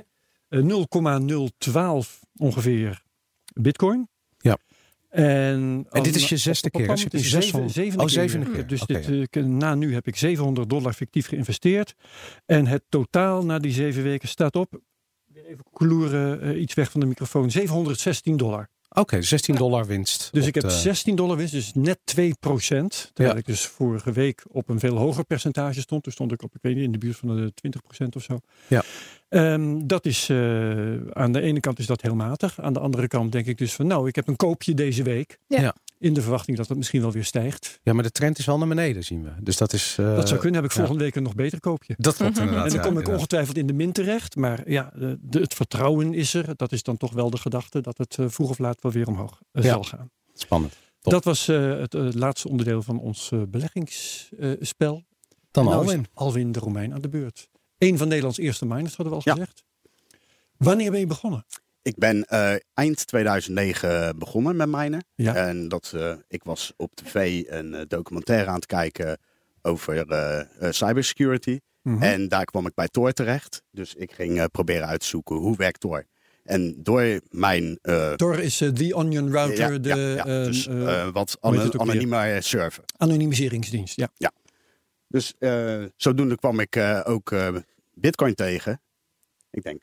0,012 ongeveer bitcoin. Ja. En dit is je 6e keer. Het is de 7e keer. Dus na nu heb ik $700 fictief geïnvesteerd. En het totaal na die 7 weken staat op, weer even kloeren, iets weg van de microfoon, $716. Oké, $16 winst. Dus ik heb $16 winst, dus net 2%. Terwijl ik dus vorige week op een veel hoger percentage stond. Toen stond ik op, ik weet niet, in de buurt van de 20% of zo. Ja. Dat is, aan de ene kant is dat heel matig. Aan de andere kant denk ik dus van, ik heb een koopje deze week. Ja. In de verwachting dat het misschien wel weer stijgt. Ja, maar de trend is wel naar beneden, zien we. Dus dat is... dat zou kunnen, heb ik volgende week een nog beter koopje. Dat klopt inderdaad. En dan kom ik ongetwijfeld in de min terecht. Maar ja, het vertrouwen is er. Dat is dan toch wel de gedachte dat het vroeg of laat wel weer omhoog zal gaan. Spannend. Top. Dat was het laatste onderdeel van ons beleggingsspel. Dan Alwin. Alwin de Romein aan de beurt. Een van Nederlands eerste miners, hadden we al gezegd. Wanneer ben je begonnen? Ik ben eind 2009 begonnen met minen. Ja. En ik was op tv een documentaire aan het kijken over cybersecurity. Mm-hmm. En daar kwam ik bij Tor terecht. Dus ik ging proberen uit te zoeken hoe werkt Tor. En door mijn... Tor is The Onion Router. Dus wat anonieme server. Anonimiseringsdienst, ja. Dus zodoende kwam ik ook Bitcoin tegen. Ik denk...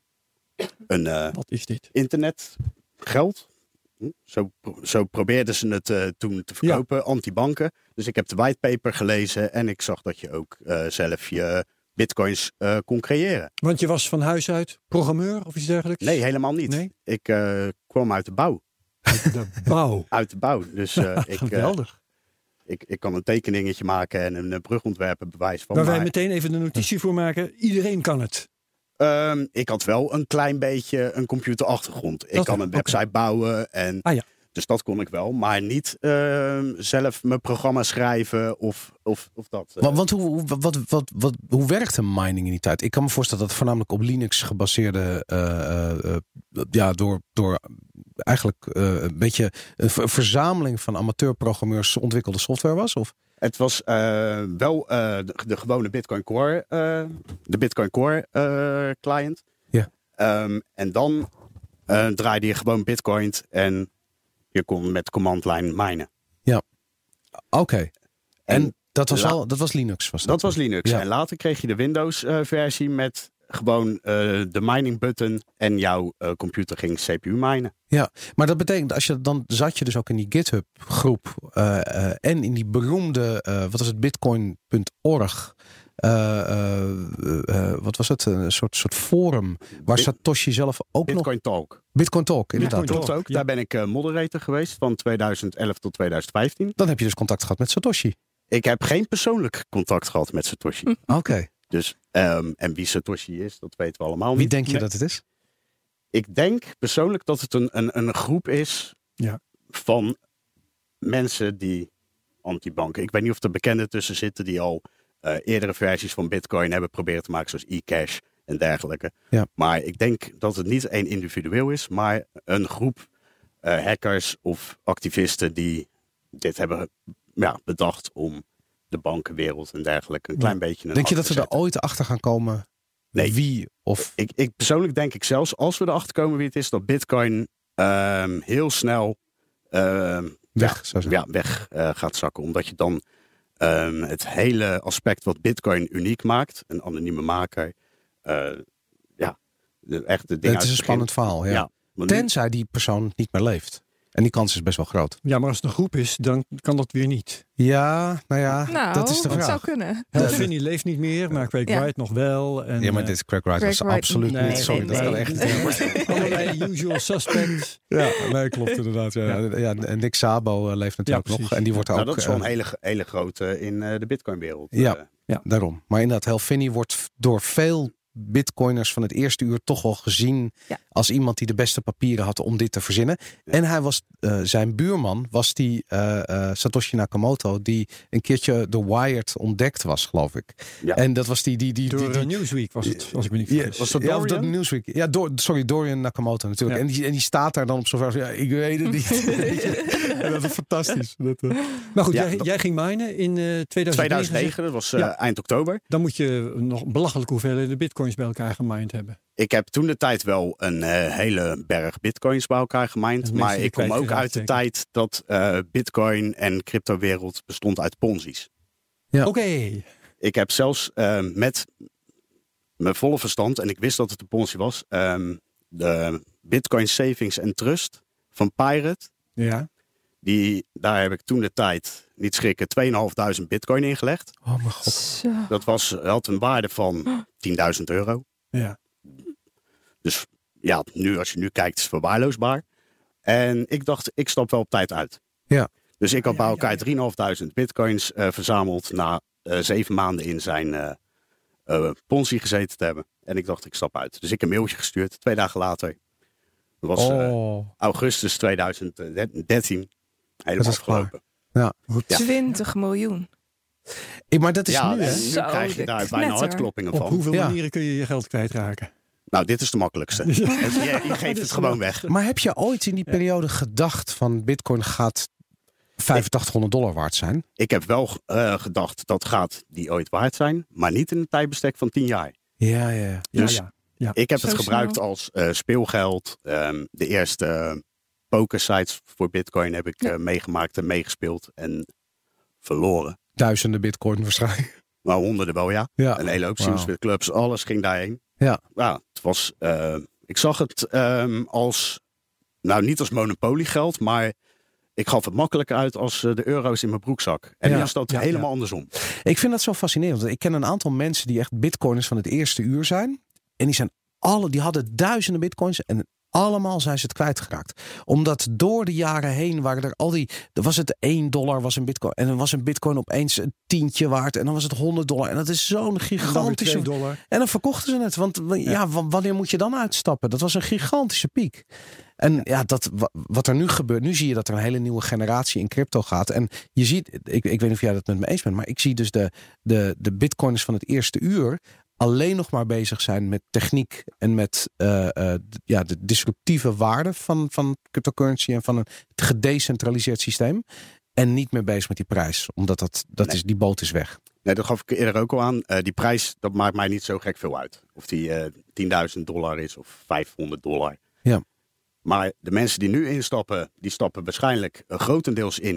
wat is dit? Internetgeld. Zo probeerden ze het toen te verkopen, anti-banken. Dus ik heb de whitepaper gelezen en ik zag dat je ook zelf je bitcoins kon creëren. Want je was van huis uit programmeur of iets dergelijks? Nee, helemaal niet. Nee? Ik kwam uit de bouw. Uit de bouw? Uit de bouw. Dus geweldig. Ik kan een tekeningetje maken en een brug ontwerpen, bewijs van. Waar wij meteen even een notitie voor maken. Iedereen kan het. Ik had wel een klein beetje een computerachtergrond. Ik kan een website bouwen. En dus dat kon ik wel. Maar niet zelf mijn programma schrijven of dat. Want hoe werkte mining in die tijd? Ik kan me voorstellen dat het voornamelijk op Linux gebaseerde... door eigenlijk een beetje een verzameling van amateurprogrammeurs ontwikkelde software was? Of? Het was wel de gewone Bitcoin Core, de Bitcoin Core client. Ja. En dan draaide je gewoon Bitcoin en je kon met command line minen. Ja, oké. En Dat was Linux. Dat was Linux. Ja. En later kreeg je de Windows-versie met gewoon de mining button. En jouw computer ging CPU minen. Ja, maar dat betekent, dan zat je dus ook in die GitHub groep. En in die beroemde, wat was het, bitcoin.org. Wat was het? Een soort forum waar Satoshi zelf ook Bitcoin Talk. Bitcoin Talk, inderdaad. Bitcoin Klopt ook. Ja. Daar ben ik moderator geweest van 2011 tot 2015. Dan heb je dus contact gehad met Satoshi. Ik heb geen persoonlijk contact gehad met Satoshi. Oké. Dus, en wie Satoshi is, dat weten we allemaal Wie niet. denk je dat het is? Ik denk persoonlijk dat het een groep is van mensen die anti-banken. Ik weet niet of er bekenden tussen zitten die al eerdere versies van Bitcoin hebben proberen te maken, zoals eCash en dergelijke. Ja. Maar ik denk dat het niet één individueel is, maar een groep hackers of activisten die dit hebben bedacht om de bankenwereld en dergelijke een klein beetje. Denk je dat we er ooit achter gaan komen? Nee. Wie of... Ik persoonlijk denk ik zelfs, als we erachter komen wie het is, dat Bitcoin heel snel weg gaat zakken. Omdat je dan het hele aspect wat Bitcoin uniek maakt, een anonieme maker, echt de dingen. Het is een spannend verhaal, ja. Ja, Tenzij die persoon niet meer leeft. En die kans is best wel groot. Ja, maar als het een groep is, dan kan dat weer niet. Ja, nou ja, dat is de het vraag. zou kunnen. Finney leeft niet meer, maar Craig Wright nog wel. En, Ja, maar dit Craig Wright was Wright absoluut nee, niet. Sorry, dat kan echt niet. Allerlei usual suspects. Ja, nee, klopt inderdaad. Ja, en Nick Szabo leeft natuurlijk Ja, nog. precies. En die wordt ook... dat is wel een hele grote in de Bitcoin-wereld. Ja. Daarom. Maar inderdaad, Hal Finney wordt door veel Bitcoiners van het eerste uur toch wel gezien als iemand die de beste papieren had om dit te verzinnen. Ja. En hij was, zijn buurman was die Satoshi Nakamoto, die een keertje door Wired ontdekt was, geloof ik. Ja. En dat was die door Newsweek was het, als ik me niet vergis. Was dat Dorian? Ja, door Newsweek. Ja, Dorian Nakamoto natuurlijk. Ja. En die staat daar dan op zo'n vraag. Ja, ik weet het niet. En dat is fantastisch. Maar goed, jij ging minen in 2009, dat was eind oktober. Dan moet je nog belachelijk hoeveelheden bitcoins bij elkaar gemined hebben. Ik heb toen de tijd wel een hele berg bitcoins bij elkaar gemined. Maar ik kom ook uit de tijd dat bitcoin en cryptowereld bestond uit ponzi's. Ja. Oké. Ik heb zelfs met mijn volle verstand, en ik wist dat het een ponzi was, de Bitcoin Savings and Trust van Pirate. Ja. Daar heb ik toen de tijd, niet schrikken, 2.500 bitcoin ingelegd. Oh mijn god. Dat had een waarde van €10.000. Ja. Dus ja, als je nu kijkt, is het verwaarloosbaar. En ik dacht, ik stap wel op tijd uit. Ja. Dus ik had bij elkaar 3.500 bitcoins verzameld na 7 maanden in zijn Ponzi gezeten te hebben. En ik dacht, ik stap uit. Dus ik een mailtje gestuurd, 2 dagen later. Dat was augustus 2013. Helemaal afgelopen. Ja. 20 miljoen. Maar dat is nu, hè? Nu krijg je daar bijna hartkloppingen van. Op hoeveel manieren kun je je geld kwijtraken? Nou, dit is de makkelijkste. Je geeft het gewoon weg. Maar heb je ooit in die periode gedacht van Bitcoin gaat $8500 waard zijn? Ik heb wel gedacht dat gaat die ooit waard zijn. Maar niet in een tijdbestek van 10 jaar. Ja. Dus ik heb het gebruikt als speelgeld. De eerste pokersites voor Bitcoin heb ik meegemaakt en meegespeeld en verloren. Duizenden Bitcoin waarschijnlijk. Maar honderden wel, ja. Een hele hoop clubs, alles ging daarheen. Ja. Het was, ik zag het als, nou niet als monopoliegeld, maar ik gaf het makkelijker uit als de euro's in mijn broekzak. En nu is dat helemaal andersom. Ik vind dat zo fascinerend. Want ik ken een aantal mensen die echt Bitcoiners van het eerste uur zijn. En die hadden duizenden Bitcoins en allemaal zijn ze het kwijtgeraakt. Omdat door de jaren heen waren er al die... Was het $1 was een bitcoin. En dan was een bitcoin opeens een tientje waard. En dan was het $100. En dat is zo'n gigantische... En dan verkochten ze het. Want wanneer moet je dan uitstappen? Dat was een gigantische piek. En wat er nu gebeurt... Nu zie je dat er een hele nieuwe generatie in crypto gaat. En je ziet... Ik weet niet of jij dat met me eens bent. Maar ik zie dus de bitcoiners van het eerste uur alleen nog maar bezig zijn met techniek en met de disruptieve waarde van cryptocurrency en van een gedecentraliseerd systeem. En niet meer bezig met die prijs. Omdat die boot is weg. Nee, dat gaf ik eerder ook al aan. Die prijs, dat maakt mij niet zo gek veel uit. Of die $10.000 is of $500. Ja. Maar de mensen die nu instappen, die stappen waarschijnlijk grotendeels in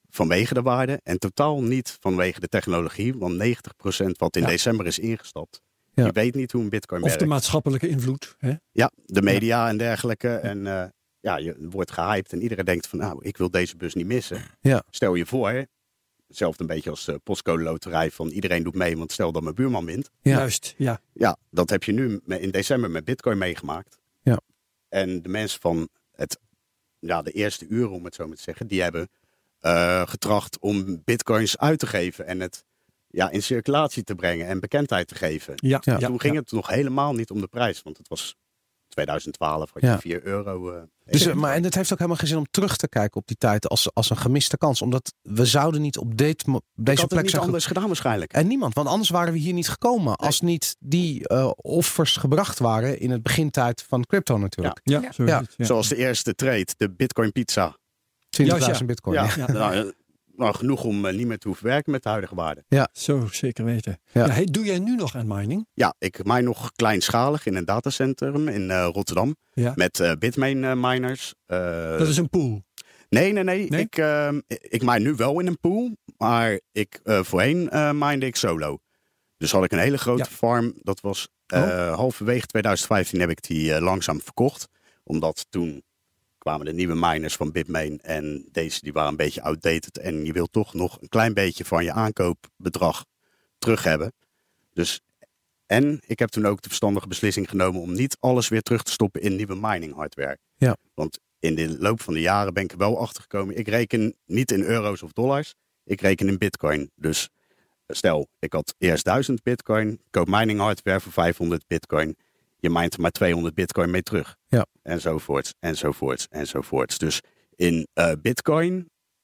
vanwege de waarde en totaal niet vanwege de technologie. Want 90% wat in december is ingestapt, die weet niet hoe een bitcoin werkt. Of de maatschappelijke invloed. Hè? Ja, de media en dergelijke. En je wordt gehyped en iedereen denkt van nou, ik wil deze bus niet missen. Ja. Stel je voor, hetzelfde een beetje als de postcode loterij van iedereen doet mee, want stel dat mijn buurman wint. Ja. Juist, ja. Ja, dat heb je nu in december met bitcoin meegemaakt. Ja. En de mensen van de eerste uren, om het zo maar te zeggen, die hebben getracht om bitcoins uit te geven en het in circulatie te brengen en bekendheid te geven. Ja. Toen ging het nog helemaal niet om de prijs, want het was 2012, had je €4. Dus, en het heeft ook helemaal geen zin om terug te kijken op die tijd als een gemiste kans. Omdat we zouden niet op deze plek het niet anders gedaan waarschijnlijk. En niemand, want anders waren we hier niet gekomen. Als niet die offers gebracht waren in het begintijd van crypto natuurlijk. Ja. Zo is het, ja. Zoals de eerste trade, de Bitcoin pizza. 20.000 bitcoin. Ja. Nou, genoeg om niet meer te hoeven werken met de huidige waarde. Ja. Zo, zeker weten. Ja. Ja, doe jij nu nog aan mining? Ja, ik mine nog kleinschalig in een datacentrum in Rotterdam. Ja. Met Bitmain miners. Dat is een pool. Nee. Ik mine nu wel in een pool. Maar voorheen minde ik solo. Dus had ik een hele grote farm. Dat was halverwege 2015 heb ik die langzaam verkocht. Omdat toen kwamen de nieuwe miners van Bitmain. En deze die waren een beetje outdated. En je wil toch nog een klein beetje van je aankoopbedrag terug hebben. Dus, en ik heb toen ook de verstandige beslissing genomen om niet alles weer terug te stoppen in nieuwe mining hardware. Ja. Want in de loop van de jaren ben ik er wel achter gekomen. Ik reken niet in euro's of dollars. Ik reken in bitcoin. Dus stel, ik had eerst 1000 bitcoin. Koop mining hardware voor 500 bitcoin. Je mijnt er maar 200 bitcoin mee terug. Ja. Enzovoorts. Dus in bitcoin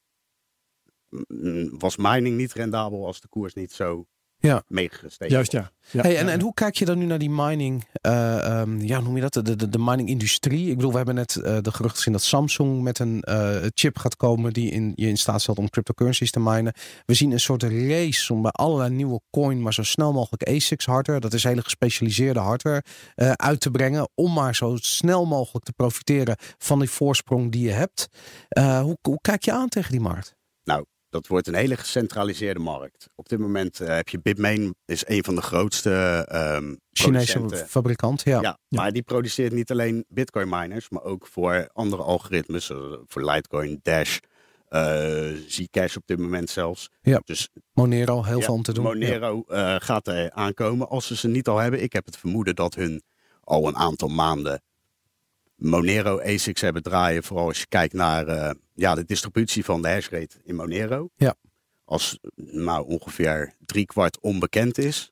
was mining niet rendabel als de koers niet zo meegestegen. Juist, ja. En hoe kijk je dan nu naar die mining, hoe noem je dat, de mining industrie? Ik bedoel, we hebben net de geruchten gezien dat Samsung met een chip gaat komen die je in staat stelt om cryptocurrencies te minen. We zien een soort race om bij allerlei nieuwe coin, maar zo snel mogelijk ASICs hardware, dat is hele gespecialiseerde hardware, uit te brengen om maar zo snel mogelijk te profiteren van die voorsprong die je hebt. Hoe kijk je aan tegen die markt? Nou, dat wordt een hele gecentraliseerde markt. Op dit moment heb je Bitmain, is een van de grootste Chinese fabrikant, ja. Maar die produceert niet alleen Bitcoin miners, maar ook voor andere algoritmes, voor Litecoin, Dash, Zcash op dit moment zelfs. Ja. Dus Monero, heel veel om te doen. Monero gaat er aankomen als ze niet al hebben. Ik heb het vermoeden dat hun al een aantal maanden Monero ASICs hebben draaien. Vooral als je kijkt naar de distributie van de hashrate in Monero. Ja. Als ongeveer 3/4 onbekend is.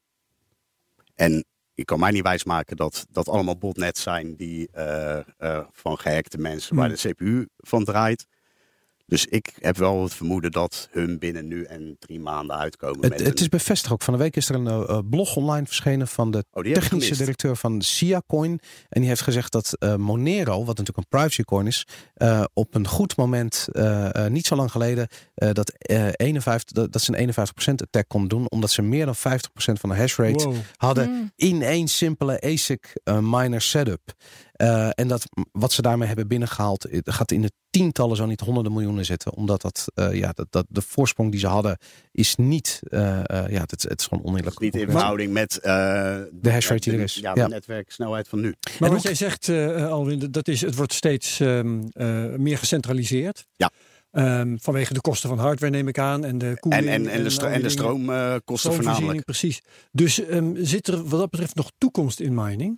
En ik kan mij niet wijsmaken dat allemaal botnets zijn die van gehackte mensen waar de CPU van draait. Dus ik heb wel het vermoeden dat hun binnen nu en 3 maanden uitkomen. Het is bevestigd ook. Van de week is er een blog online verschenen van de technische directeur van Siacoin. En die heeft gezegd dat Monero, wat natuurlijk een privacy coin is, op een goed moment, niet zo lang geleden, dat ze een 51% attack kon doen. Omdat ze meer dan 50% van de hashrate hadden in één simpele ASIC miner setup. En dat wat ze daarmee hebben binnengehaald gaat in de tientallen, zo niet honderden miljoenen zitten. Omdat dat de voorsprong die ze hadden is niet, het is gewoon oneerlijk. Niet in verhouding met de hashrate die er is. Ja, de netwerksnelheid van nu. Maar wat jij zegt, Alwin, dat is, het wordt steeds meer gecentraliseerd. Ja. Vanwege de kosten van hardware neem ik aan. En de koeling. En de stroomkosten voornamelijk. Precies. Dus zit er wat dat betreft nog toekomst in mining?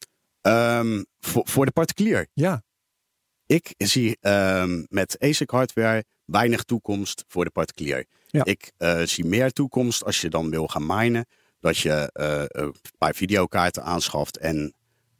Voor de particulier? Ja. Ik zie met ASIC hardware weinig toekomst voor de particulier. Ja. Ik zie meer toekomst als je dan wil gaan minen. Dat je een paar videokaarten aanschaft en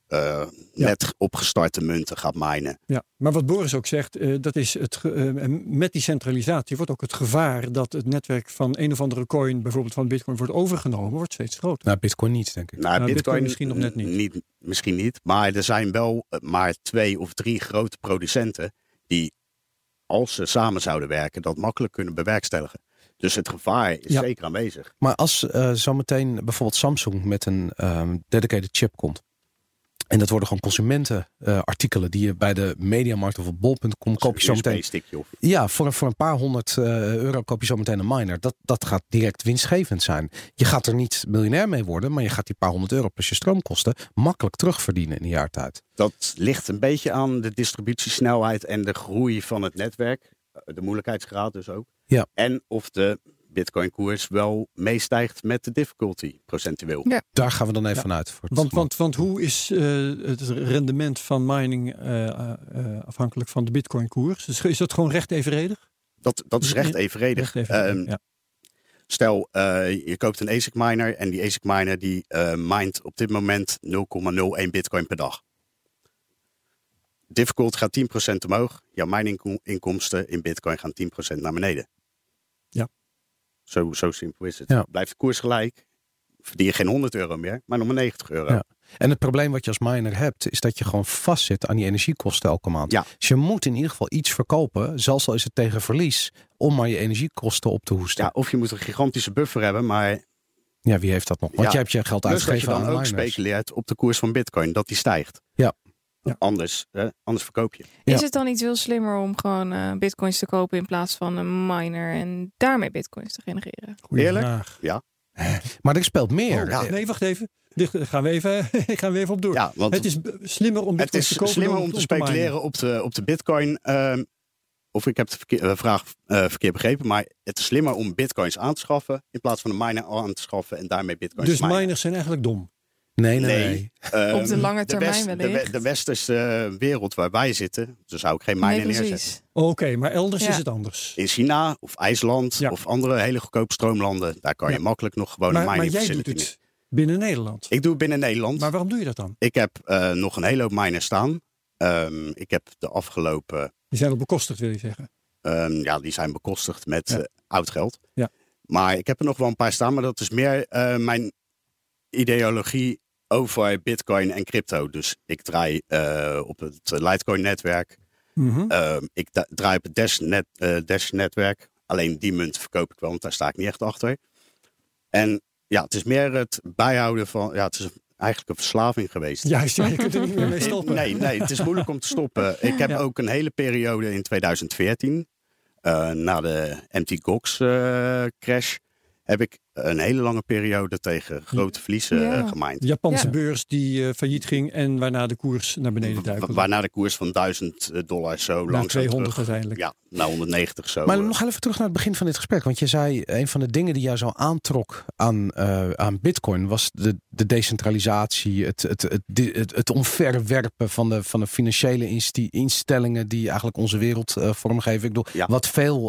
net opgestarte munten gaat minen. Ja, maar wat Boris ook zegt, dat is met die centralisatie wordt ook het gevaar dat het netwerk van een of andere coin, bijvoorbeeld van Bitcoin, wordt overgenomen, wordt steeds groter. Nou, Bitcoin niet, denk ik. Nou, Bitcoin misschien nog net niet. Misschien niet, maar er zijn wel maar 2 of 3 grote producenten die, als ze samen zouden werken, dat makkelijk kunnen bewerkstelligen. Dus het gevaar is zeker aanwezig. Maar als zometeen bijvoorbeeld Samsung met een dedicated chip komt, En dat worden gewoon consumentenartikelen die je bij de Mediamarkt of op bol.com koop je zo meteen. Ja, voor een paar honderd euro koop je zo meteen een miner. Dat gaat direct winstgevend zijn. Je gaat er niet miljonair mee worden, maar je gaat die paar honderd euro plus je stroomkosten makkelijk terugverdienen in een jaar tijd. Dat ligt een beetje aan de distributiesnelheid en de groei van het netwerk. De moeilijkheidsgraad dus ook. Ja. En of de Bitcoin-koers wel meestijgt met de difficulty procentueel. Ja. Daar gaan we dan even vanuit. Want hoe is het rendement van mining afhankelijk van de Bitcoin-koers? Dus is dat gewoon recht evenredig? Dat is recht evenredig. Ja. Stel, je koopt een ASIC miner en die ASIC miner die mined op dit moment 0,01 Bitcoin per dag. Difficult gaat 10% omhoog. Jouw mininginkomsten in Bitcoin gaan 10% naar beneden. Ja. Zo simpel is het. Ja. Blijft de koers gelijk, verdien je geen 100 euro meer, maar nog maar 90 euro. Ja. En het probleem wat je als miner hebt, is dat je gewoon vastzit aan die energiekosten elke maand. Ja. Dus je moet in ieder geval iets verkopen, zelfs al is het tegen verlies, om maar je energiekosten op te hoesten. Ja, of je moet een gigantische buffer hebben, maar... Ja, wie heeft dat nog? Want je hebt je geld uitgegeven aan miners. Dat je dan ook speculeert op de koers van Bitcoin, dat die stijgt. Ja. Ja. Anders verkoop je. Is het dan niet veel slimmer om gewoon bitcoins te kopen in plaats van een miner en daarmee bitcoins te genereren? Goeie Eerlijk? vraag. Ja. Maar er speelt meer. Oh, nee, wacht even. Gaan we even op door. Ja, want het is slimmer om bitcoins te kopen. Het is slimmer om te speculeren op de Bitcoin. Of ik heb de vraag verkeerd begrepen. Maar het is slimmer om bitcoins aan te schaffen in plaats van een miner aan te schaffen en daarmee bitcoins dus te minen. miners zijn eigenlijk dom. Nee. Op de lange termijn wellicht. De westerse wereld waar wij zitten, daar zou ik geen miner neerzetten. Oké, maar elders is het anders. In China of IJsland of andere hele goedkope stroomlanden, daar kan je makkelijk nog gewoon een mining facility. Maar jij doet het binnen Nederland? Ik doe het binnen Nederland. Maar waarom doe je dat dan? Ik heb nog een hele hoop miners staan. Ik heb de afgelopen... Die zijn al bekostigd, wil je zeggen? Ja, die zijn bekostigd met oud geld. Ja. Maar ik heb er nog wel een paar staan, maar dat is meer mijn ideologie over Bitcoin en crypto. Dus ik draai op het Litecoin-netwerk. Mm-hmm. Ik draai op het Dash-netwerk. Alleen die munt verkoop ik wel, want daar sta ik niet echt achter. En ja, het is meer het bijhouden van... Ja, het is eigenlijk een verslaving geweest. Juist, je kunt er niet meer mee stoppen. Nee, het is moeilijk om te stoppen. Ik heb ook een hele periode in 2014... na de Mt. Gox crash... heb ik een hele lange periode tegen grote verliezen gemined. De Japanse beurs die failliet ging en waarna de koers naar beneden duikelde. Waarna de koers van $1000 zo langzaam naar 200 terug. uiteindelijk. Ja, naar 190 zo. Maar nog even terug naar het begin van dit gesprek. Want je zei, een van de dingen die jou zo aantrok aan Bitcoin was de decentralisatie, het omverwerpen van de financiële instellingen die eigenlijk onze wereld vormgeven. Ik bedoel, wat veel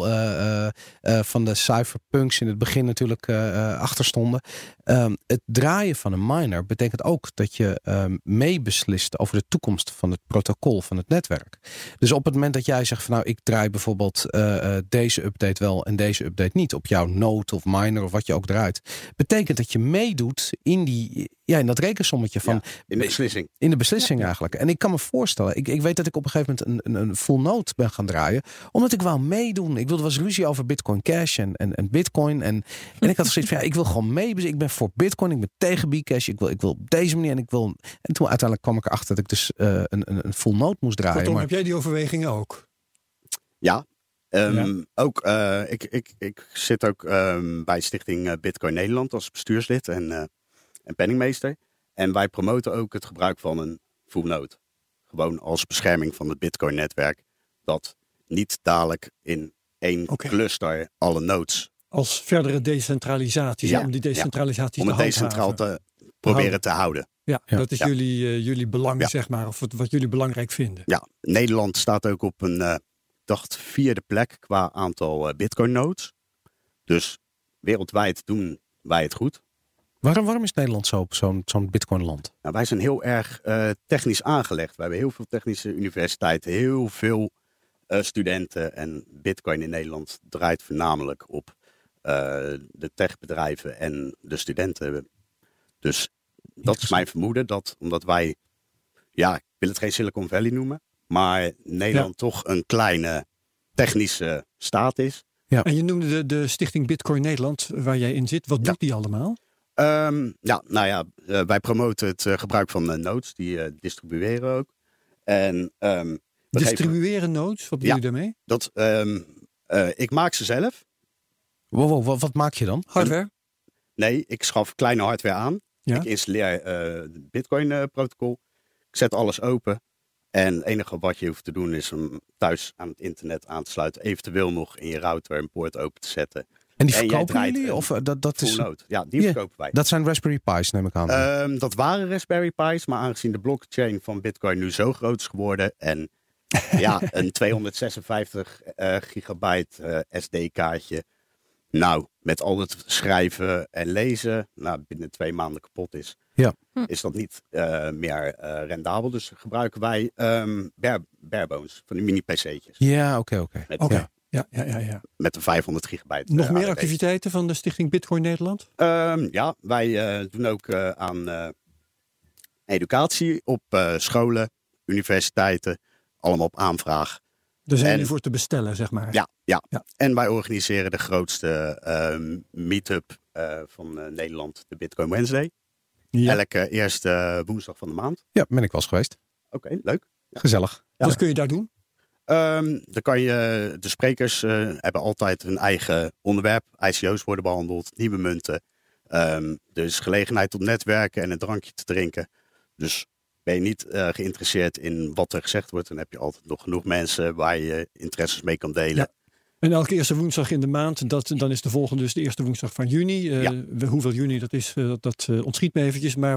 van de cypherpunks in het begin natuurlijk achter stonden. Het draaien van een miner betekent ook dat je meebeslist over de toekomst van het protocol van het netwerk. Dus op het moment dat jij zegt van nou, ik draai bijvoorbeeld deze update wel en deze update niet op jouw node of miner of wat je ook draait, betekent dat je meedoet in dat rekensommetje van in de beslissing. In de beslissing eigenlijk. En ik kan me voorstellen, ik weet dat ik op een gegeven moment een full node ben gaan draaien, omdat ik wou meedoen. Er was ruzie over Bitcoin Cash en Bitcoin. En ik had gezegd van ik wil gewoon mee. Ik ben voor Bitcoin, ik ben tegen Bcash. Ik wil op deze manier en toen uiteindelijk kwam ik erachter dat ik dus een full node moest draaien. Kortom, heb jij die overwegingen ook? Ja. Ook, ik zit ook bij Stichting Bitcoin Nederland als bestuurslid en penningmeester. En wij promoten ook het gebruik van een full node. Gewoon als bescherming van het Bitcoin netwerk. Dat niet dadelijk in één cluster alle nodes. Als verdere decentralisatie. Om die decentralisatie om het decentraal te proberen te houden. Ja, dat is jullie belang, zeg maar. Of wat jullie belangrijk vinden. Ja, Nederland staat ook op een... 4e plek qua aantal Bitcoin nodes. Dus wereldwijd doen wij het goed. Waarom is Nederland zo'n Bitcoin land? Nou, wij zijn heel erg technisch aangelegd. We hebben heel veel technische universiteiten, heel veel studenten. En Bitcoin in Nederland draait voornamelijk op de techbedrijven en de studenten. Dus dat is mijn vermoeden. Dat omdat wij, ik wil het geen Silicon Valley noemen. Maar Nederland toch een kleine technische staat is. Ja. En je noemde de stichting Bitcoin Nederland, waar jij in zit. Wat doet die allemaal? Wij promoten het gebruik van nodes. Die distribueren ook. En, distribueren nodes? Wat bedoel je daarmee? Ik maak ze zelf. Wow, wat maak je dan? Hardware? Nee, ik schaf kleine hardware aan. Ja? Ik installeer het Bitcoin protocol. Ik zet alles open. En het enige wat je hoeft te doen is hem thuis aan het internet aan te sluiten. Eventueel nog in je router een poort open te zetten. En die verkopen jullie? Of dat is node. Ja, die verkopen wij. Dat zijn Raspberry Pi's, neem ik aan. Dat waren Raspberry Pi's. Maar aangezien de blockchain van Bitcoin nu zo groot is geworden. En een 256 gigabyte SD-kaartje. Nou, met al het schrijven en lezen, binnen 2 maanden kapot is. Ja. Is dat niet meer rendabel. Dus gebruiken wij barebones van die mini-PC'tjes. Ja, oké. Ja. Met een 500 gigabyte. Nog meer activiteiten van de Stichting Bitcoin Nederland? Wij doen ook aan educatie op scholen, universiteiten. Allemaal op aanvraag. Er zijn er voor te bestellen, zeg maar. Ja. En wij organiseren de grootste meetup van Nederland, de Bitcoin Wednesday. Ja. Elke eerste woensdag van de maand. Ja, ben ik wel eens geweest. Oké, leuk. Ja. Gezellig. Wat kun je daar doen? Dan kan je, de sprekers hebben altijd hun eigen onderwerp. ICO's worden behandeld, nieuwe munten. Dus gelegenheid tot netwerken en een drankje te drinken. Dus ben je niet geïnteresseerd in wat er gezegd wordt, dan heb je altijd nog genoeg mensen waar je interesses mee kan delen. Ja. En elke eerste woensdag in de maand, dan is de volgende dus de eerste woensdag van juni. Hoeveel juni dat is, dat ontschiet me eventjes. Maar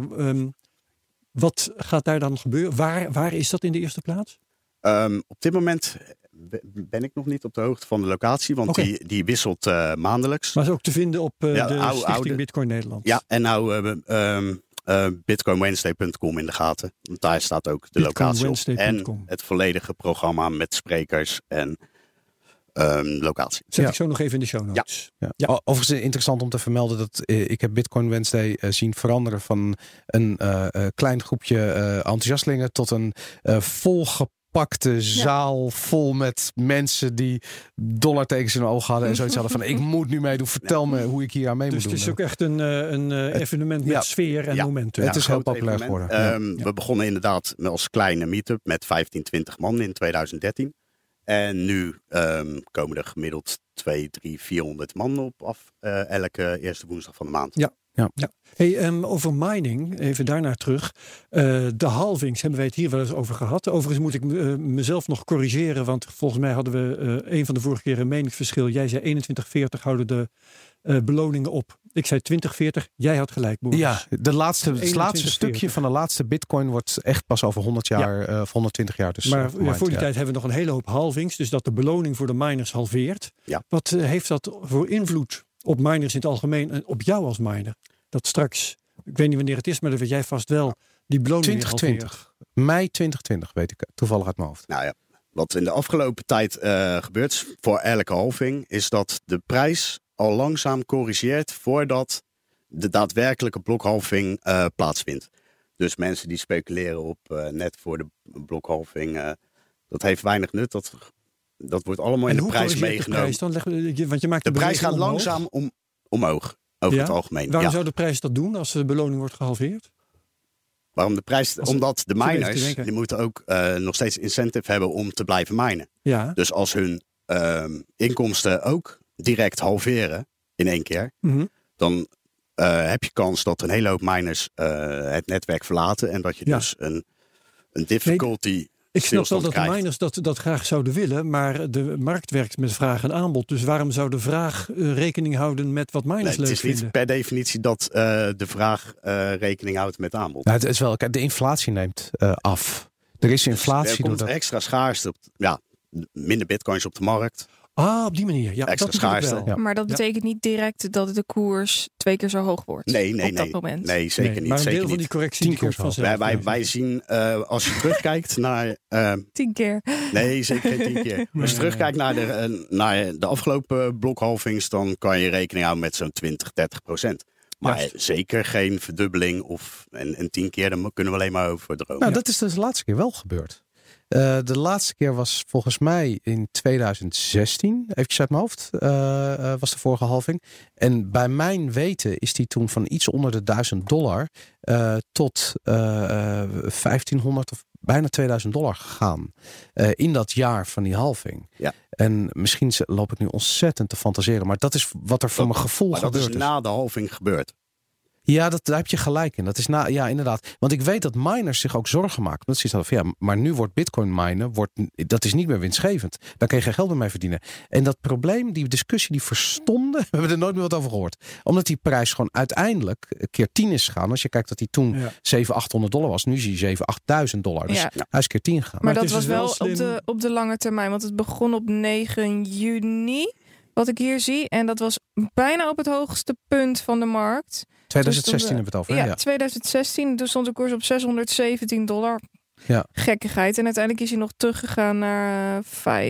wat gaat daar dan gebeuren? Waar is dat in de eerste plaats? Op dit moment ben ik nog niet op de hoogte van de locatie, want die wisselt maandelijks. Maar is ook te vinden op de Stichting Bitcoin Nederland. Ja, en bitcoinwednesday.com in de gaten. Want daar staat ook de locatie op. En het volledige programma met sprekers en locatie. Zet ik zo nog even in de show notes. Ja. Overigens interessant om te vermelden dat ik heb Bitcoin Wednesday zien veranderen van een klein groepje enthousiastelingen tot een volgepakte zaal vol met mensen die dollartekens in hun ogen hadden en zoiets hadden van ik moet nu meedoen, vertel me hoe ik hier aan mee moet doen. Dus het is ook echt een evenement met sfeer en momentum. Het is heel populair geworden. We begonnen inderdaad als kleine meetup met 15, 20 man in 2013. En nu komen er gemiddeld 200, 300, 400 man op af elke eerste woensdag van de maand. Ja. Hey, over mining, even daarnaar terug. De halvings hebben wij het hier wel eens over gehad. Overigens moet ik mezelf nog corrigeren, want volgens mij hadden we een van de vorige keer een meningsverschil. Jij zei 2140 houden de beloningen op. Ik zei 2040, jij had gelijk, Boris. Ja, het laatste stukje van de laatste bitcoin wordt echt pas over 100 jaar of 120 jaar. Dus, maar voor die tijd hebben we nog een hele hoop halvings. Dus dat de beloning voor de miners halveert. Ja. Wat heeft dat voor invloed op miners in het algemeen en op jou als miner? Dat straks, ik weet niet wanneer het is, maar dat weet jij vast wel, die beloning 2020. Mei 2020 weet ik toevallig uit mijn hoofd. Nou ja, wat in de afgelopen tijd gebeurt voor elke halving is dat de prijs al langzaam corrigeert voordat de daadwerkelijke blokhalving plaatsvindt. Dus mensen die speculeren op net voor de blokhalving, dat heeft weinig nut. Dat wordt allemaal in de prijs meegenomen. De prijs gaat langzaam omhoog over het algemeen. Waarom zou de prijs dat doen als de beloning wordt gehalveerd? Waarom de prijs? Omdat de miners die moeten ook nog steeds incentive hebben om te blijven minen. Ja. Dus als hun inkomsten ook direct halveren in één keer, dan heb je kans dat een hele hoop miners het netwerk verlaten en dat je dus een difficulty. Ik snap wel dat de miners dat graag zouden willen, maar de markt werkt met vraag en aanbod. Dus waarom zou de vraag rekening houden met wat miners leuk vinden? Het is niet per definitie dat de vraag rekening houdt met aanbod. Nou, het is wel, de inflatie neemt af. Er is inflatie. Er komt extra schaarste. Minder bitcoins op de markt. Op die manier. Ja, extra schaarste. Ja. Maar dat betekent niet direct dat de koers 2 keer zo hoog wordt. Nee, dat moment. Nee, zeker niet. Maar een zeker deel van die correctie die komt vanzelf. Wij zien, als je terugkijkt naar... 10 keer. Nee, zeker geen 10 keer. Als je terugkijkt naar de afgelopen blokhalvings, dan kan je rekening houden met zo'n 20-30%. Maar zeker geen verdubbeling of een 10 keer, dan kunnen we alleen maar over dromen. Nou, dat is dus de laatste keer wel gebeurd. De laatste keer was volgens mij in 2016, eventjes uit mijn hoofd, was de vorige halving. En bij mijn weten is die toen van iets onder de $1.000 tot 1500 of bijna $2000 gegaan. In dat jaar van die halving. Ja. En misschien loop ik nu ontzettend te fantaseren, maar dat is wat er voor mijn gevoel gebeurd is. Dat is na de halving gebeurd. Ja, daar heb je gelijk in. Dat is ja, inderdaad. Want ik weet dat miners zich ook zorgen maken. Dat ze zeggen van maar nu wordt Bitcoin minen, dat is niet meer winstgevend. Daar kun je geen geld meer mee verdienen. En dat probleem, die discussie, die verstonden, we hebben er nooit meer wat over gehoord. Omdat die prijs gewoon uiteindelijk keer 10 is gegaan. Als je kijkt dat die toen $700-800 was, nu zie je $7.000-8.000. Dus hij is keer 10 gegaan. Maar dat was wel op de lange termijn. Want het begon op 9 juni, wat ik hier zie. En dat was bijna op het hoogste punt van de markt. 2016 hebben we het over. Ja, 2016. Toen stond de koers op $617. Ja. Gekkigheid. En uiteindelijk is hij nog teruggegaan naar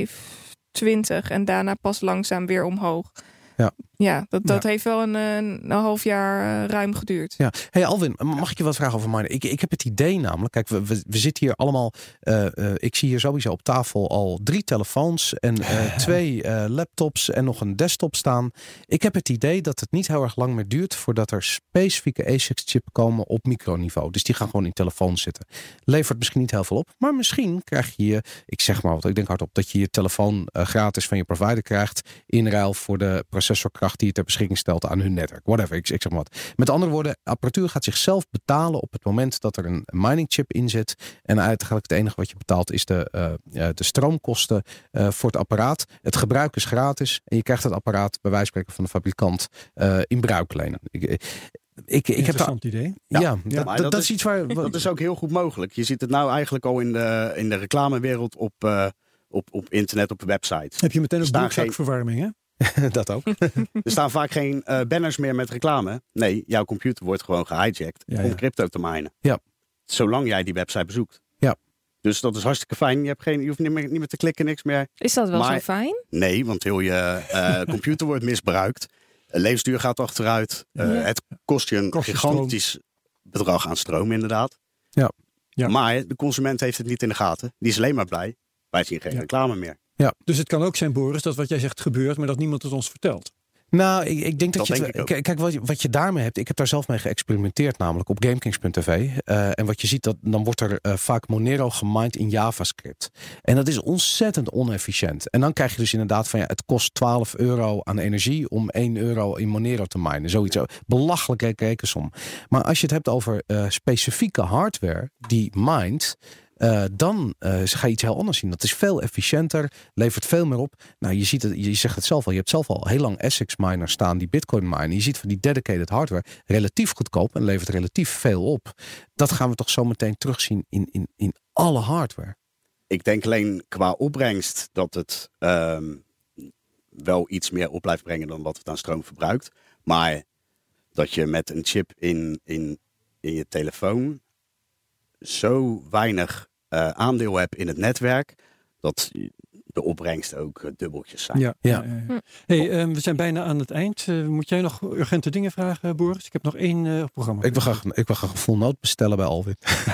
520. En daarna pas langzaam weer omhoog. Ja, dat heeft wel een half jaar ruim geduurd. Ja. Hey Alwin, mag ik je wat vragen over minen? Ik heb het idee namelijk, kijk, we zitten hier allemaal, ik zie hier sowieso op tafel al 3 telefoons en 2 laptops en nog een desktop staan. Ik heb het idee dat het niet heel erg lang meer duurt voordat er specifieke ASIC-chips komen op microniveau. Dus die gaan gewoon in telefoons zitten. Levert misschien niet heel veel op, maar misschien krijg je, ik zeg maar wat, ik denk hardop, dat je je telefoon gratis van je provider krijgt in ruil voor de processorkracht die je ter beschikking stelt aan hun netwerk. Whatever, ik zeg maar wat. Met andere woorden, apparatuur gaat zichzelf betalen op het moment dat er een mining chip in zit. En eigenlijk het enige wat je betaalt is de stroomkosten voor het apparaat. Het gebruik is gratis en je krijgt het apparaat bij wijze van spreken van de fabrikant in bruikleen. Interessant idee. Ja, dat is iets waar... Dat is ook heel goed mogelijk. Je ziet het nou eigenlijk al in de reclamewereld op internet, op websites. Heb je meteen een broekzakverwarming, hè? Dat ook. Er staan vaak geen banners meer met reclame. Nee, jouw computer wordt gewoon gehijacked om crypto te minen. Ja. Zolang jij die website bezoekt. Ja. Dus dat is hartstikke fijn. Je hoeft niet meer te klikken, niks meer. Is dat wel zo fijn? Nee, want heel je computer wordt misbruikt. Levensduur gaat achteruit. Het kost je een gigantisch bedrag aan stroom, inderdaad. Ja. Maar de consument heeft het niet in de gaten. Die is alleen maar blij. Wij zien geen reclame meer. Ja. Dus het kan ook zijn, Boris, dat wat jij zegt gebeurt, maar dat niemand het ons vertelt. Nou, ik denk dat je... Kijk, wat je daarmee hebt... Ik heb daar zelf mee geëxperimenteerd, namelijk op GameKings.tv. En wat je ziet, dan wordt er vaak Monero gemined in JavaScript. En dat is ontzettend onefficiënt. En dan krijg je dus inderdaad van... het kost €12 aan energie om €1 in Monero te minen. Zoiets. Belachelijke rekensom. Maar als je het hebt over specifieke hardware die mined... dan ga je iets heel anders zien. Dat is veel efficiënter, levert veel meer op. Nou, je zegt het zelf al. Je hebt zelf al heel lang ASICs miners staan die Bitcoin minen. Je ziet van die dedicated hardware relatief goedkoop en levert relatief veel op. Dat gaan we toch zo meteen terugzien in alle hardware. Ik denk alleen qua opbrengst dat het wel iets meer op blijft brengen dan wat het aan stroom verbruikt. Maar dat je met een chip in je telefoon zo weinig aandeel hebt in het netwerk, dat de opbrengst ook dubbeltjes zijn. Ja. Hey, we zijn bijna aan het eind. Moet jij nog urgente dingen vragen, Boris? Ik heb nog 1 programma. Ik wil graag een full note bestellen bij Alwin.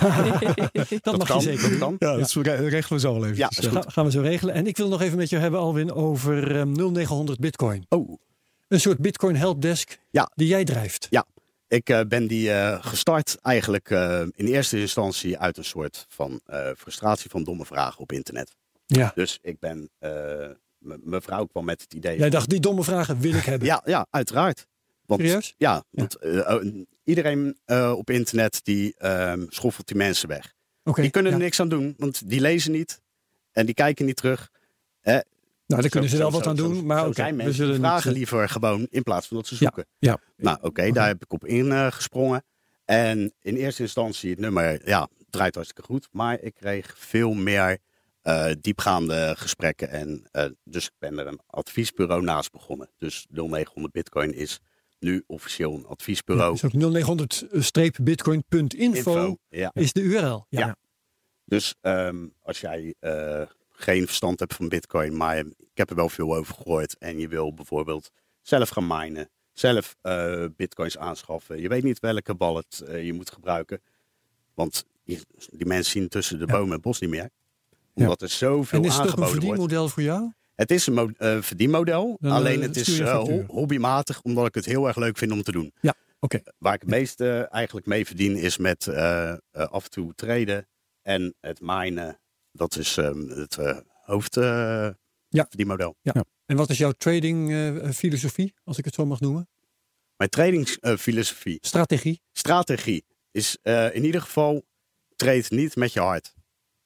dat mag kan, je zeker doen. Ja, dat regelen we zo wel even. Ja, gaan we zo regelen. En ik wil nog even met je hebben, Alwin, over 0900 Bitcoin. Oh. Een soort Bitcoin helpdesk die jij drijft. Ja. Ik ben die gestart eigenlijk in eerste instantie uit een soort van frustratie van domme vragen op internet. Ja. Dus ik ben, mijn vrouw kwam met het idee. Jij dacht, die domme vragen wil ik hebben. Ja, uiteraard. Want, serieus? Ja, want iedereen op internet die schoffelt die mensen weg. Okay, die kunnen er niks aan doen, want die lezen niet en die kijken niet terug. Nou, daar kunnen ze wel wat aan doen, maar we zullen vragen liever gewoon in plaats van dat ze zoeken. Ja. Nou, daar heb ik op ingesprongen. En in eerste instantie het nummer, draait hartstikke goed. Maar ik kreeg veel meer diepgaande gesprekken. En dus ik ben er een adviesbureau naast begonnen. Dus 0900 Bitcoin is nu officieel een adviesbureau. Ja, dus ook 0900-bitcoin.info is de URL. Ja. Dus als jij geen verstand hebt van Bitcoin, maar ik heb er wel veel over gehoord. En je wil bijvoorbeeld zelf gaan minen, zelf Bitcoins aanschaffen. Je weet niet welke wallet je moet gebruiken. Want die mensen zien tussen de bomen het bos niet meer. Omdat er zoveel En is het ook een aangeboden wordt. verdienmodel voor jou? Het is een verdienmodel. Dan, alleen het stuur is je een factuur. hobbymatig. Omdat ik het heel erg leuk vind om te doen. Ja, oké. Waar ik het meeste eigenlijk mee verdien is met af en toe traden. En het minen. Dat is het hoofdverdienmodel. Ja. En wat is jouw trading filosofie, als ik het zo mag noemen? Mijn trainingsfilosofie. Strategie is in ieder geval trade niet met je hart.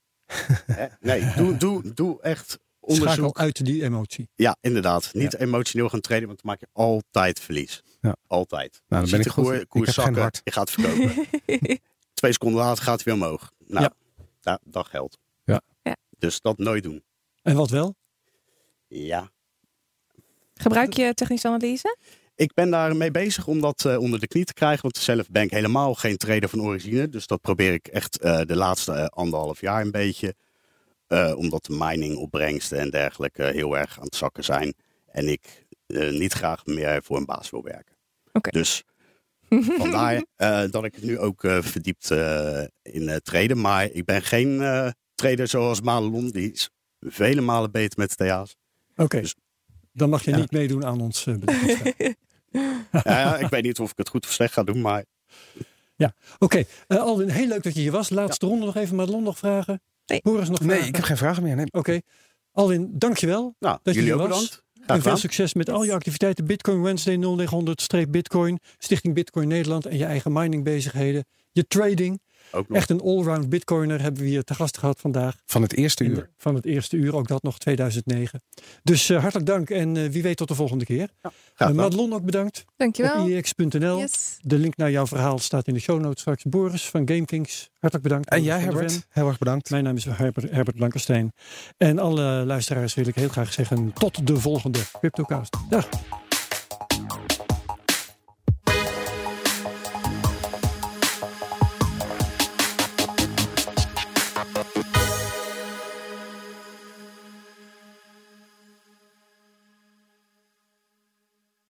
Nee, doe echt onderzoek. Schakel uit die emotie. Ja, inderdaad. Niet emotioneel gaan traden, want dan maak je altijd verlies. Ja. Altijd. Nou, dan ben ik goed. Ik Koers heb geen zakken, hart. je gaat verkopen. 2 seconden later gaat hij weer omhoog. Nou, dat geldt. Ja. Dus dat nooit doen. En wat wel? Ja. Gebruik je technische analyse? Ik ben daarmee bezig om dat onder de knie te krijgen. Want zelf ben ik helemaal geen trader van origine. Dus dat probeer ik echt de laatste 1,5 jaar een beetje. Omdat de miningopbrengsten en dergelijke heel erg aan het zakken zijn. En ik niet graag meer voor een baas wil werken. Okay. Dus vandaar dat ik het nu ook verdiept in traden. Maar ik ben geen trader zoals Madelon. Die is vele malen beter met TA's. Oké. Dus, dan mag je niet meedoen aan ons bedrijf. Ik weet niet of ik het goed of slecht ga doen, maar... Ja, oké. Alwin, heel leuk dat je hier was. Laatste ronde nog even. Madelon nog vragen? Nee. Boris nog vragen? Nee, ik heb geen vragen meer. Nee. Oké. Alwin, dankjewel Nou, dat je jullie hier ook was. bedankt. En veel succes met al je activiteiten. Bitcoin Wednesday 0900-Bitcoin. Stichting Bitcoin Nederland en je eigen mining bezigheden. Je trading. Ook nog. Echt een allround bitcoiner hebben we hier te gast gehad vandaag. Van het eerste uur. Van het eerste uur, ook dat nog 2009. Dus hartelijk dank en wie weet tot de volgende keer. Madelon ook bedankt. Dankjewel. Op IEX.nl. Yes. De link naar jouw verhaal staat in de show notes straks. Boris van GameKings, hartelijk bedankt. En jij, Van der Herbert, Ven. heel erg bedankt. Mijn naam is Herbert Blankenstein. En alle luisteraars wil ik heel graag zeggen tot de volgende CryptoCast. Dag.